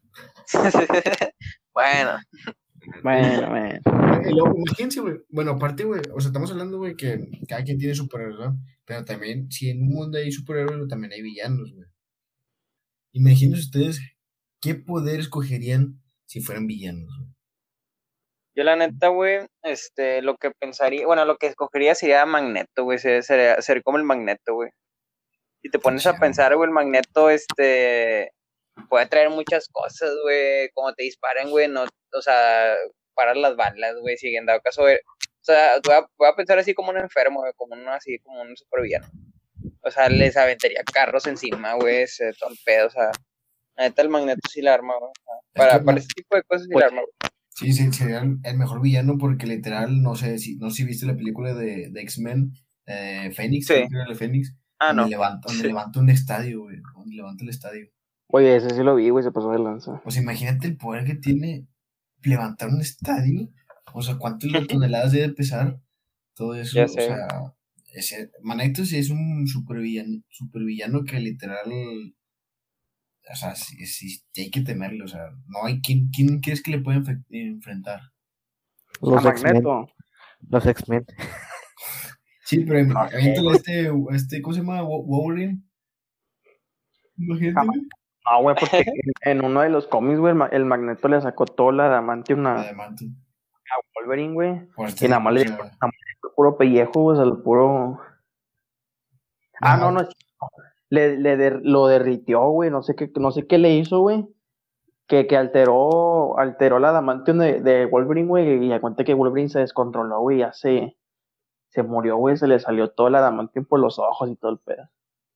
Bueno, Bueno, bueno. Eh, lo- Imagínense, güey. Bueno, aparte, güey, o sea, estamos hablando, güey, que cada quien tiene superhéroes, ¿no? Pero también, si en un mundo hay superhéroes, güey, también hay villanos, güey. Imagínense ustedes qué poder escogerían si fueran villanos, güey. yo la neta, güey, este, lo que pensaría, bueno, lo que escogería sería Magneto, güey, ser, ser, ser como el Magneto, güey. Si te pones a Chao. pensar, güey, el Magneto, este, puede traer muchas cosas, güey, como te disparen, güey, no, o sea, parar las balas, güey, si en dado caso, güey, o sea, voy a, voy a pensar así como un enfermo, güey, como uno así, como un supervillano. O sea, les aventaría carros encima, güey, ese, todo el pedo, o sea, la neta el Magneto sí la arma, güey, o sea, Es para, que, para no, ese tipo de cosas sí Pues- la arma, güey. sí, sí, sería el, el mejor villano porque literal, no sé si, no sé si viste la película de, de X-Men, eh, Fénix, Sí. creo que era el Fénix, Ah, donde, no. levanta, donde Sí. levanta un estadio, güey, donde levanta el estadio. Oye, ese sí lo vi, güey, se pasó de lanza. Pues imagínate el poder que tiene levantar un estadio, o sea, cuántas toneladas debe pesar, todo eso, Ya o sé. sea, ese, Magneto sí es un supervillano, supervillano que literal, o sea, sí, sí, hay que temerlo, o sea, no hay, ¿quién, quién crees que le puede enfe- enfrentar? A Los X-Men. Magneto. Los X-Men. Sí, pero No sé, aviéntale a güey. este, este, ¿cómo se llama? Wo- Wolverine. Imagínate, güey. No, güey, porque en, en uno de los cómics, güey, el, Ma- el Magneto le sacó toda la adamantium a, Adamanto. a Wolverine, güey. Por Y este, nada más o le sea, dejó nada más le dejó el puro pellejo, güey, o sea, el puro... Ah, no, nada no, más- es- le, le der- lo derritió, güey, no sé qué, no sé qué le hizo, güey. Que, que alteró, alteró la adamantium de, de Wolverine, güey, y ya cuenta que Wolverine se descontroló, güey, ya se, se murió, güey, se le salió toda la adamantium por los ojos y todo el pedo.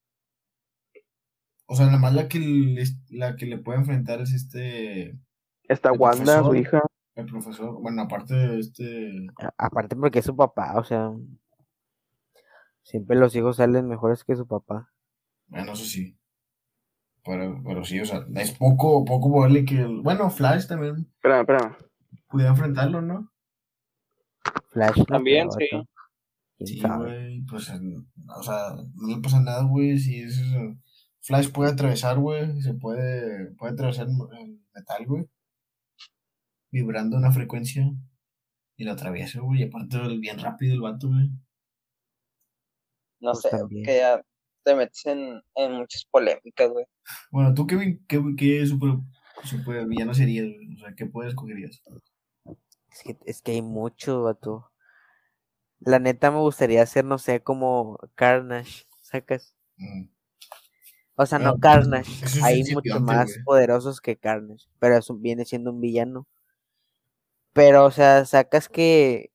o sea, nada más la que, le, la que le puede enfrentar es este, Está el Wanda, su profesor. hija. El profesor, bueno, aparte de este, A- Aparte porque es su papá, o sea, siempre los hijos salen mejores que su papá. bueno, eso sí, pero, pero sí, o sea, es poco, poco probable que, el- bueno, Flash también Espérame, espérame. pudiera enfrentarlo, ¿no? Flash no También, creo, sí. vato. ¿Quién Sí, sabe? güey, pues, en- o sea, no le pasa nada, güey, si es, eh, Flash puede atravesar, güey, se puede, puede atravesar el el metal, güey, vibrando una frecuencia y lo atraviesa, güey, y aparte bien rápido el vato, güey. No Pues sé, también. que ya te metes en, en muchas polémicas, güey. Bueno, ¿tú qué, vi- qué, qué super, super villano serías, güey? O sea, ¿qué poder escogerías? Es que, es que hay mucho, vato. La neta me gustaría hacer, no sé, como Carnage, ¿sacas? Mm. O sea, Bueno, no Carnage. eso es Hay un mucho simbionte, más güey. poderosos que Carnage. Pero eso viene siendo un villano. Pero, o sea, sacas que,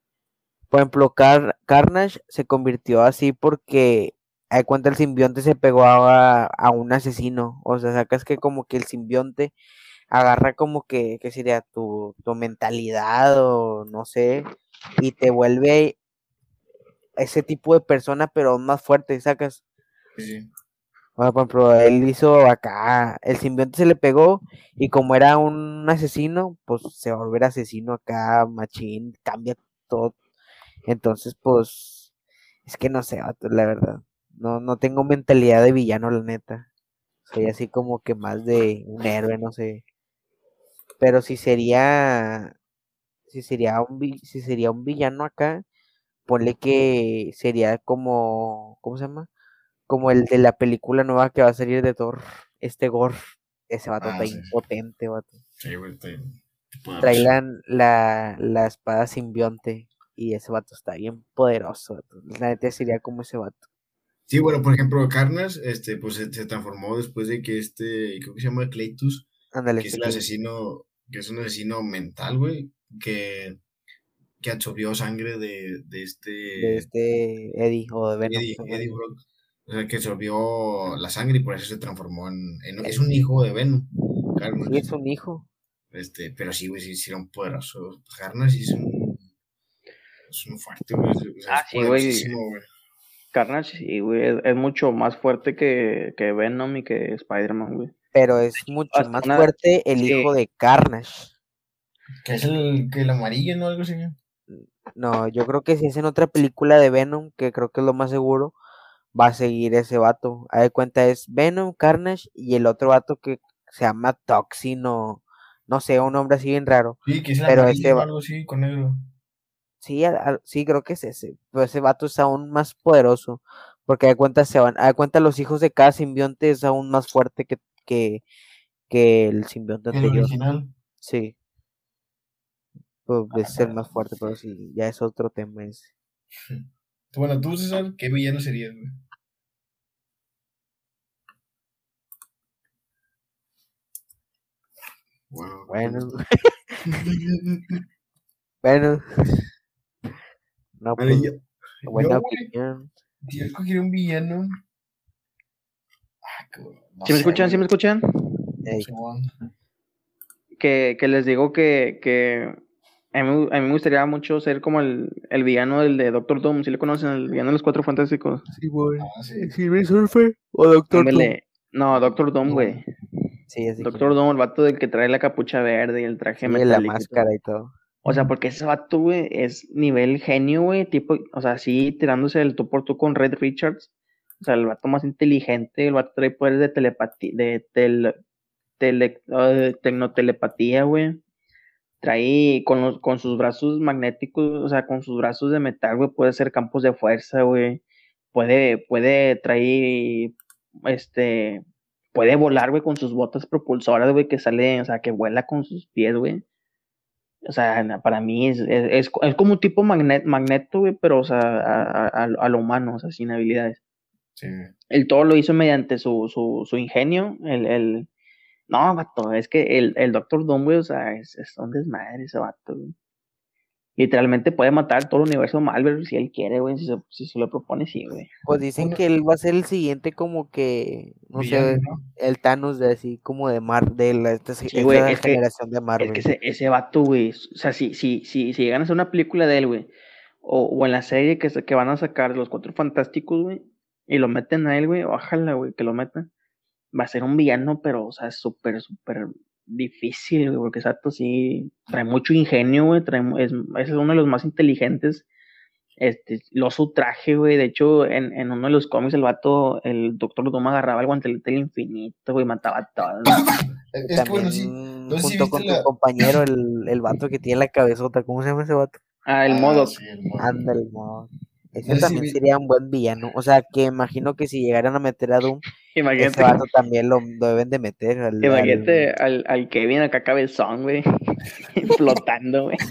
por ejemplo, Car- Carnage se convirtió así porque, hay cuenta el simbionte se pegó a, a un asesino. O sea, sacas que como que el simbionte agarra como que, ¿qué sería? Tu, tu mentalidad o no sé. Y te vuelve ese tipo de persona, pero aún más fuerte, sacas. Sí, sí. Bueno, por ejemplo, él hizo acá, el simbionte se le pegó y como era un asesino, pues se va a volver asesino acá, machín, cambia todo. Entonces, pues, es que no sé, vato, la verdad. No, no tengo mentalidad de villano, la neta. Soy así como que más de un héroe, no sé. Pero si sería, si sería un, vi- si sería un villano acá, ponle que sería como, ¿cómo se llama? Como el de la película nueva que va a salir de Thor, este Gore, ese vato Ah, está sí. impotente, vato. Sí, güey, te, te puedo Trae decir. la, la, la espada simbionte y ese vato está bien poderoso, vato. La neta sería como ese vato. Sí, bueno, por ejemplo, Carnage, este, pues se, se transformó después de que este, creo que se llama Cleitus, Ándale, que es este el que asesino, que es un asesino mental, güey, que, que absorbió sangre de, de de este este Eddie o de Venom. Eddie, se me Eddie olvidó. Brock. O sea, que absorbió la sangre y por eso se transformó en, en- es un hijo de Venom, Sí, Carnage. es un hijo. Este, pero sí, güey, sí, sí era un poderoso. Carnage sí es un, es un fuerte, güey, o sea, Ah, es sí, güey. poderosísimo, güey. Carnage, sí, güey, es, es mucho más fuerte que, que Venom y que Spider-Man, güey. Pero es mucho Hasta más una- fuerte el sí. hijo de Carnage. Que es el, que el amarillo, ¿no? Algo así. No, yo creo que si hacen otra película de Venom, que creo que es lo más seguro, va a seguir ese vato. A de cuenta es Venom, Carnage y el otro vato que se llama Toxin o no sé, un nombre así bien raro. Sí, que es el Pero amarillo ese o va- algo así, con negro. sí, a- a- sí, creo que es ese. Pero ese vato es aún más poderoso. Porque a de cuenta se van, a de cuenta los hijos de cada simbionte es aún más fuerte que, que, que el simbionte Que el anterior. original. Sí, pues Ah, es el caray. más fuerte, pero sí, ya es otro tema ese. Bueno, tú, César, ¿qué villano serías, güey? Wow. Bueno, bueno, no, Bueno, pues, yo, buena yo, güey, opinión. si yo escogiera un villano. Ah, cabrón, no ¿Sí me sé, escuchan? güey. ¿Sí me escuchan? Ey, Simón. Que, que les digo que, que a mí, a mí me gustaría mucho ser como el, el villano del de Doctor Doom, ¿sí le conocen? El villano de los Cuatro Fantásticos. sí, güey. Ah, sí. Silver Surfer o Doctor Doom. Ándale. No, Doctor Doom, No. güey. Sí, ese Doctor Doom, el vato del que trae la capucha verde y el traje sí, la metálico. y todo. máscara y todo. O sea, porque ese vato, güey, es nivel genio, güey, tipo, o sea, sí, tirándose el tú por tú con Red Richards. O sea, el vato más inteligente, el vato trae poderes de telepatía, de tel, tele, uh, tecnotelepatía, güey. Trae con, los, con sus brazos magnéticos, o sea, con sus brazos de metal, güey, puede hacer campos de fuerza, güey. Puede, puede traer, este, puede volar, güey, con sus botas propulsoras, güey, que sale, o sea, que vuela con sus pies, güey. O sea, na- para mí es, es, es, es como un tipo magnet, magneto, güey, pero, o sea, a, a, a lo humano, o sea, sin habilidades. Sí. Él todo lo hizo mediante su, su, su ingenio, el, el, no, vato, es que el, el Doctor Doom, güey, o sea, es, es un desmadre ese vato, güey. Literalmente puede matar todo el universo Marvel si él quiere, güey, si se, si se lo propone, sí, güey. Pues dicen Uno- que él va a ser el siguiente como que, no Villano, sé, ¿no? el Thanos de así como de Mar, de la, esta, Sí, güey, esta es que, generación de es Marvel. que ese, ese vato, güey, o sea, si, si, si, si llegan a hacer una película de él, güey, o, o en la serie que, se- que van a sacar de los Cuatro Fantásticos, güey, y lo meten a él, güey, ojalá, güey, que lo metan, va a ser un villano, pero, o sea, es súper, súper difícil, güey, porque Sato sí trae mucho ingenio, güey, trae, mu- es, es uno de los más inteligentes. Este, lo su traje, güey. De hecho, en, en uno de los cómics, el vato, el Doctor Doom agarraba el guantelete del infinito, güey, mataba a todos. Es Y es que bueno, sí. también No sé si junto viste con tu la. compañero, el, el vato que tiene la cabezota, ¿cómo se llama ese vato? Ah, el Ah, Modoc. sí, el mono. Ándale, mo. Ese No sé si también vi- sería un buen villano. O sea, que imagino que si llegaran a meter a Doom, ese Imagínate, vato también lo, lo deben de meter al, imagínate al- al, al Kevin acá cabezón, güey, flotando, güey.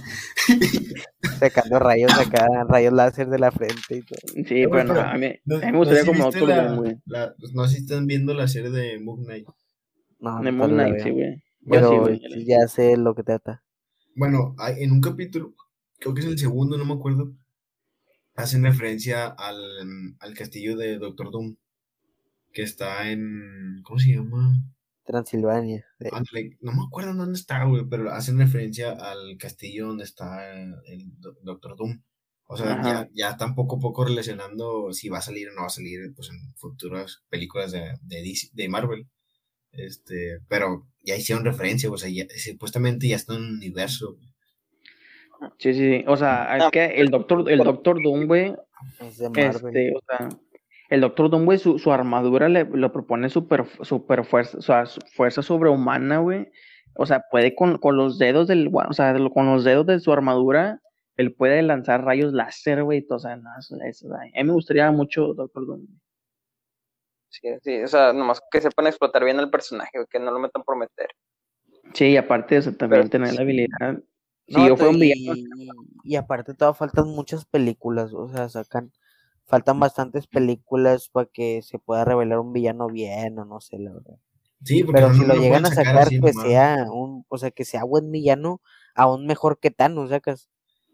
sacando rayos acá, rayos láser de la frente y todo. Sí, Eh, güey, pero no, pero a mí, no, a mí me no sé gustaría si como viste Doctor Doom, la, güey. la. No sé si están viendo la serie de Moon Knight. No, De no Moon tal la Knight, sí, veo. güey. Yo Bueno, sí, Pero güey. sí ya sé lo que trata. bueno, hay- en un capítulo, creo que es el segundo, no me acuerdo, hacen referencia al, al castillo de Doctor Doom, que está en. ¿Cómo se llama? Transilvania. Eh, Ándale, no me acuerdo en dónde está, güey, pero hacen referencia al castillo donde está el Do- Doctor Doom. O sea, Ajá. ya, ya están poco a poco relacionando si va a salir o no va a salir, pues, en futuras películas de, de, D C de Marvel. Este, pero ya hicieron referencia, o sea, ya, supuestamente ya está en un universo. Sí, sí, sí. O sea, es que el Doctor, el Doctor Doom, güey, es de Marvel. este, o sea, el Doctor Doom, güey, su, su armadura le, lo propone super, super fuerza, o sea, su fuerza sobrehumana, güey. O sea, puede con, con los dedos del, gua- o sea, de lo- con los dedos de su armadura, él puede lanzar rayos láser, güey. O sea, no, eso, eso, a mí me gustaría mucho Doctor Doom. Sí, sí, o sea, nomás que sepan explotar bien el personaje, güey, que no lo metan por meter. Sí, y aparte de eso, también Pero- tener la habilidad. Si No, yo to- fuera un y, villano, y aparte todavía faltan muchas películas, o sea, sacan, faltan bastantes películas para que se pueda revelar un villano bien, o no sé, la verdad. Sí, porque Pero no, si no lo lo llegan pueden a sacar sacar, así que nomás. sea un, o sea, que sea buen villano, aún mejor que Thanos, sacas.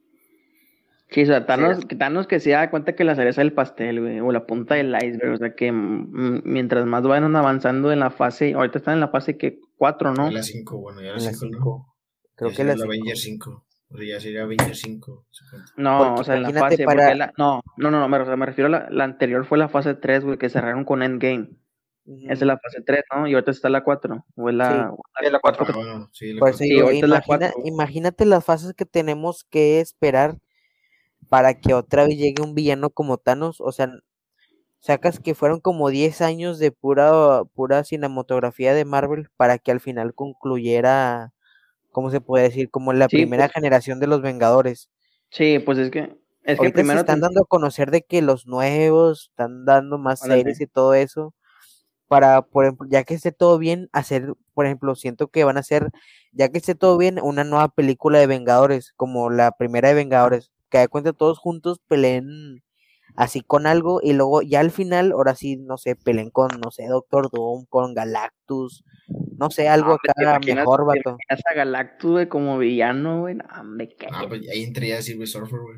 sí, o sea, Thanos, Sí. que Thanos que se da cuenta que la cereza del pastel, güey, o la punta del iceberg, o sea, que mm, mientras más vayan avanzando en la fase, ahorita están en la fase que cuatro, ¿no? En la cinco, bueno, ya la En la cinco, ¿no? cinco. Creo Ya que será la el cinco. Avenger cinco. O sea, ya sería veinticinco. No, Porque o sea, en la imagínate fase, para- porque la, no, no, no, no, me, o sea, me refiero a la, la anterior fue la fase tres, güey, que cerraron con Endgame. Ujú. Esa es la fase tres, ¿no? Y ahorita está la cuatro, o es la, Sí. Es la cuatro. Ah, bueno, sí, la Por eso cuatro. Sí, digo, ahorita es la imagina, cuatro. imagínate las fases que tenemos que esperar para que otra vez llegue un villano como Thanos. O sea, sacas que fueron como diez años de pura, pura cinematografía de Marvel para que al final concluyera, ¿cómo se puede decir? Como la Sí, primera pues, generación de los Vengadores. sí, pues es que, es que Ahorita se primero, están ten- dando a conocer de que los nuevos están dando más series ándale, y todo eso. Para, por ejemplo, ya que esté todo bien, hacer, por ejemplo, siento que van a hacer, ya que esté todo bien, una nueva película de Vengadores, como la primera de Vengadores, que de cuenta todos juntos peleen así con algo y luego ya al final, ahora sí, no sé, peleen con, no sé, Doctor Doom, con Galactus, no sé, no, algo hombre, te acá imaginas, mejor, te vato. imaginas a Galactus, güey, como villano, güey, no, hombre, Ah, cállate. pues ahí entraría Silver Surfer, güey.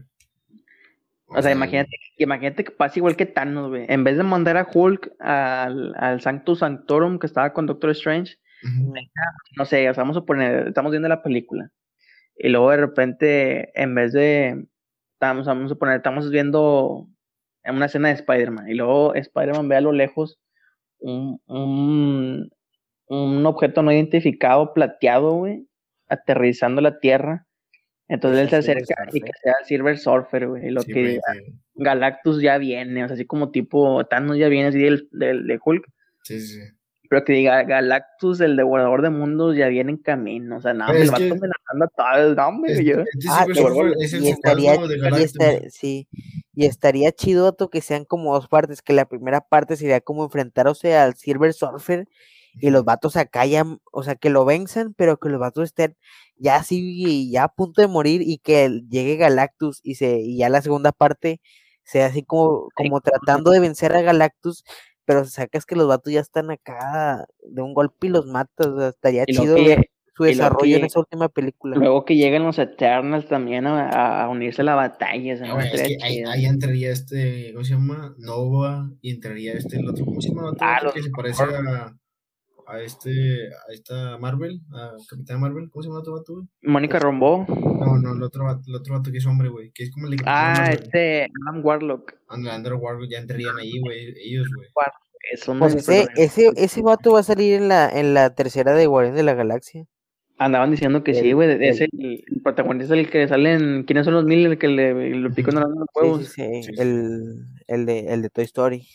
O sea, imagínate, imagínate que pasa igual que Thanos, güey. En vez de mandar a Hulk al, al Sanctus Sanctorum que estaba con Doctor Strange, Ujú. no sé, o sea, vamos a poner, estamos viendo la película. Y luego de repente, en vez de, estamos, vamos a poner, estamos viendo en una escena de Spider-Man. Y luego Spider-Man ve a lo lejos un, un, un objeto no identificado plateado, güey, aterrizando la Tierra. Entonces él Ese se Silver acerca y que Surfer. sea el Silver Surfer, güey. Y lo Sí, que güey. diga, Galactus ya viene, o sea, así como tipo Thanos ya viene así del, del, de Hulk. Sí, sí, sí. Pero que diga Galactus, el devorador de mundos, ya viene en camino. O sea, no, Pero hombre, el es vato que amenazando a todos, no, hombre, este, yo. este Ah, Silver Le vuelvo Surfer loco. es el y estaría, fantasma de y Galactus. esta- sí, y estaría chido, vato, que sean como dos partes, que la primera parte sería como enfrentarse al Silver Surfer y los vatos acá ya, o sea, que lo venzan, pero que los vatos estén ya así, ya a punto de morir y que llegue Galactus y se, y ya la segunda parte sea así como, como tratando de vencer a Galactus, pero sacas que los vatos ya están acá de un golpe y los matas, o sea, estaría Y luego chido ver que, su y luego desarrollo en que, esa última película. luego que lleguen los Eternals también a, a unirse a la batalla, o sea, Ah, no bueno, es estaría que ahí, chido. ahí entraría este, ¿cómo se llama? Nova, y entraría este, el otro, ¿cómo se llama el otro Ah, vato los que se parece a, a este, a esta Marvel, a Capitán Marvel? ¿Cómo se llama el otro vato, güey? Mónica Rambeau. No, no, el otro vato, el otro vato que es hombre, güey, que es como el de Capitán Ah, Marvel. este, Adam Warlock. Andrew Andrew Warwick ya entrarían ahí, güey, ellos, güey. Es uno Pues de mis ese, personajes. ese, ese vato va a salir en la, en la tercera de Guardián de la Galaxia. Andaban diciendo que sí, El, güey. Es el, el, el protagonista, es el que sale en ¿Quiénes son los mil? El que le, le picó en los sí, sí, huevos. sí, Sí, sí. el, el de, el de Toy Story.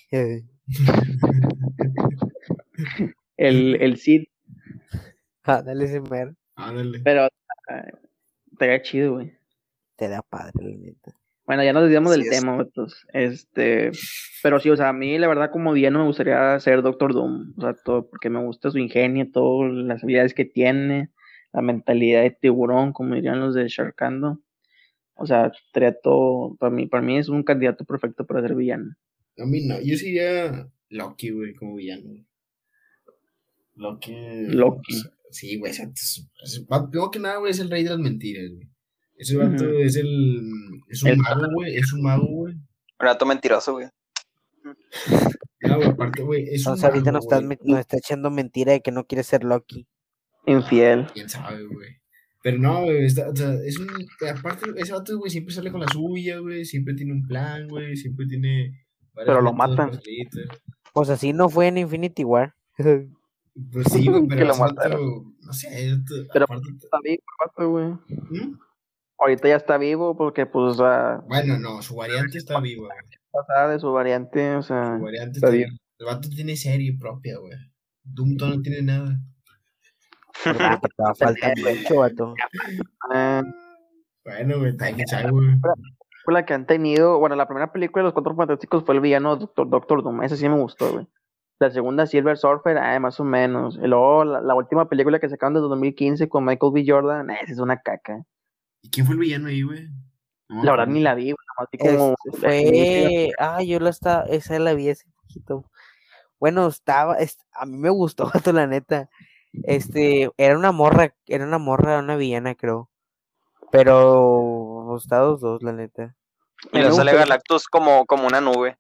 El, el Cid. Ah, dale ese mero. Ándale. Pero ah, estaría chido, güey. Te da padre, la neta. Bueno, ya nos desviamos Así del es. tema, vatos. Este, pero sí, o sea, a mí la verdad como villano me gustaría ser Doctor Doom, o sea, todo, porque me gusta su ingenio, todas las habilidades que tiene, la mentalidad de tiburón, como dirían los de Sharkando. O sea, estaría todo, para mí, para mí es un candidato perfecto para ser villano. A mí no, yo sería Loki, güey, como villano. güey. Loki. Loki. o sea, sí, güey, o sea, es- es- va- primero que nada, güey, es el rey de las mentiras, güey. Ese vato Ujú. es el. Es un El- mago, güey, es un mago, güey. Un rato mentiroso, güey. No, güey, aparte, güey, es un Entonces ahorita mago, nos, estás güey. me- nos está echando mentira de que no quiere ser Loki. Infiel. Quién sabe, güey. Pero no, güey, está- o sea, es un. Aparte, ese vato, güey, siempre sale con la suya, güey. Siempre tiene un plan, güey. Siempre tiene varios Pero lo métodos matan. para salir. y todo. Pues así no fue en Infinity War. Pues sí, güey, pero Que lo ese vato, mataron. no sé, ese vato, Pero aparte. está vivo, el vato, güey. ¿Mm? Ahorita ya está vivo porque, pues, a Bueno, no, su variante está viva, güey. pasada de su variante, o sea, Su variante está está vivo. viva. El vato tiene serie propia, güey. Doomton no tiene nada. Pero porque te va a faltar mucho, vato. Ah, Bueno, güey, está que sabe, güey. fue la que han tenido, bueno, la primera película de los Cuatro Fantásticos fue el villano Doctor, Doctor Doom, ese sí me gustó, güey. La segunda, Silver Surfer, ah, más o menos. Y luego la, la última película que sacaron de dos mil quince con Michael B. Jordan, ah, esa es una caca. ¿Y quién fue el villano ahí, güey? No me La verdad acuerdo. ni la vi, güey, nada más vi Es, como el inicio. fue. Ah, yo la estaba. Esa la vi hace poquito. Bueno, estaba. es- A mí me gustó, vato, la neta. Este. Era una morra. Era una morra, una villana, creo. Pero. Gustados dos, la neta. Y A mí lo me sale gustó, Galactus como, como una nube.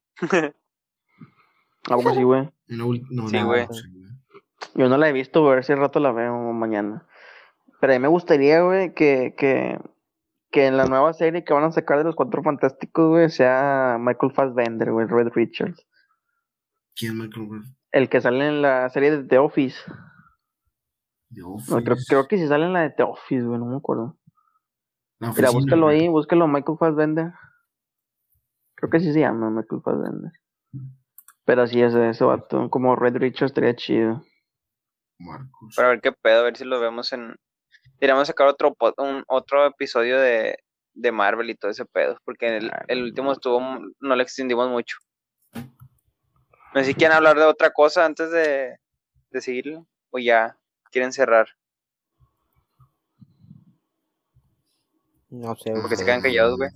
algo así, güey. No, ul- no, Sí, no, güey. no sé, güey. Yo no la he visto, a ver si al rato la veo mañana. Pero a mí me gustaría, güey, que, que, que en la nueva serie que van a sacar de los Cuatro Fantásticos, güey, sea Michael Fassbender, güey, Red Richards. ¿Quién es Michael Fassbender? El que sale en la serie de The Office. The Office. No, creo, creo que sí sale en la de The Office, güey, no me acuerdo. La Mira, oficina, búscalo güey. ahí, búscalo Michael Fassbender. Creo que sí se llama Michael Fassbender. Pero sí, ese, ese vato, como Red Richards estaría chido. Marcos. Para ver qué pedo, a ver si lo vemos en... Deberíamos sacar otro pod- un, otro episodio de, de Marvel y todo ese pedo, porque el, Ah, el no, último no. estuvo, mu- no le extendimos mucho. No sé si quieren hablar de otra cosa antes de, de seguirlo, o ya quieren cerrar, No sé, porque se ustedes. quedan callados, güey.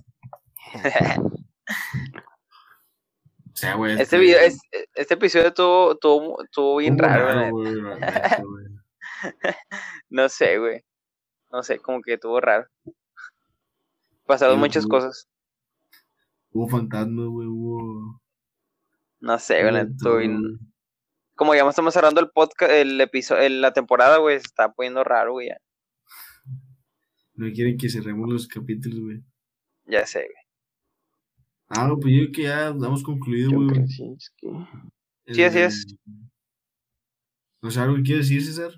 O sea, güey, Este video, es- este episodio estuvo, estuvo, estuvo bien Estuvo raro, la raro, neta. güey, la neta, güey. No sé, güey. No sé, como que estuvo raro. Pasaron Sí, muchas hubo- cosas. Hubo fantasmas, güey, hubo... No sé, güey, hubo la de neta, estuvo todo, bien- güey. Como ya estamos cerrando el podcast, el episodio, la temporada, güey, se está poniendo raro, güey. Ya, No quieren que cerremos los capítulos, güey. ya sé, güey. Ah, no, pues yo creo que ya damos concluido, John güey. Krasinski. Sí, así es. No sé, ¿algo que quieres decir, César?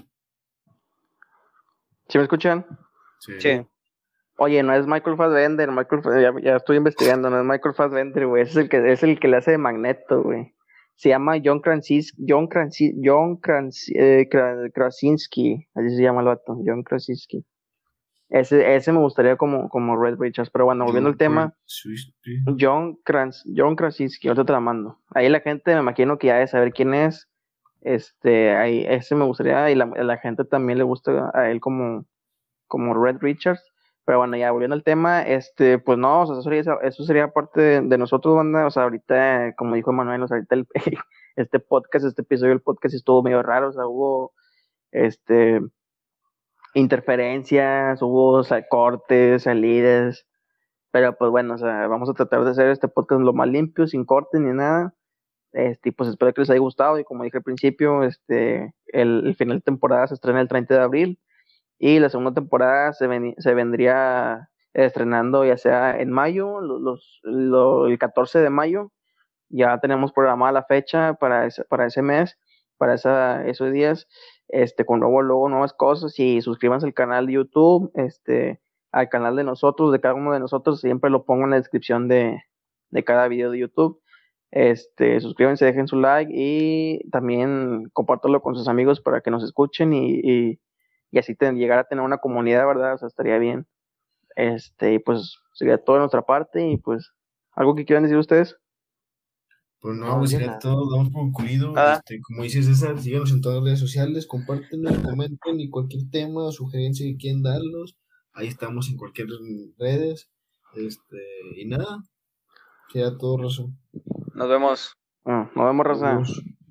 ¿Sí me escuchan? Sí. Sí. Oye, no es Michael Fassbender, Michael Fa- ya, ya estoy investigando, no es Michael Fassbender, güey, ese es el que es el que le hace de Magneto, güey. Se llama John Krasinski, John Krasinski, John Krans- eh, Kra- Krasinski, así se llama el vato, John Krasinski. Ese, ese me gustaría como, como Red Richards, pero bueno, volviendo al tema, John Krans, John Krasinski, ahorita te la mando. Ahí la gente me imagino que ya debe saber quién es. Este, ahí, ese me gustaría, y la, la gente también le gusta a él como, como Red Richards. Pero bueno, ya volviendo al tema, este, pues no, o sea, eso sería, eso sería parte de, de nosotros, banda. O sea, ahorita, como dijo Manuel, o sea, ahorita el, este podcast, este episodio del podcast estuvo medio raro, o sea, hubo este interferencias, hubo, o sea, cortes, salidas. Pero pues bueno, o sea, vamos a tratar de hacer este podcast lo más limpio, sin cortes ni nada. Este, y pues espero que les haya gustado. Y como dije al principio, este, el, el final de temporada se estrena el treinta de abril. Y la segunda temporada se, ven, se vendría estrenando ya sea en mayo, los, los, lo, el catorce de mayo. Ya tenemos programada la fecha para ese, para ese mes, para esa, esos días, este, con nuevo logo, nuevas cosas. Y suscríbanse al canal de YouTube, este, al canal de nosotros, de cada uno de nosotros. Siempre lo pongo en la descripción de, de cada video de YouTube. Este, suscríbanse, dejen su like y también compártelo con sus amigos para que nos escuchen y, y, y así te, llegar a tener una comunidad, ¿verdad? O sea, estaría bien. Este, y pues sería todo de nuestra parte y pues, ¿algo que quieran decir ustedes? Pues no, No, pues yo sería nada. todo, damos por concluido. Nada. Este, como dice César, síganos en todas las redes sociales, compártenos, comenten y cualquier tema o sugerencia que quieran darlos. Ahí estamos en cualquier redes. Este, y nada, sería todo, razón. Nos vemos. Bueno, nos vemos, raza. Adiós.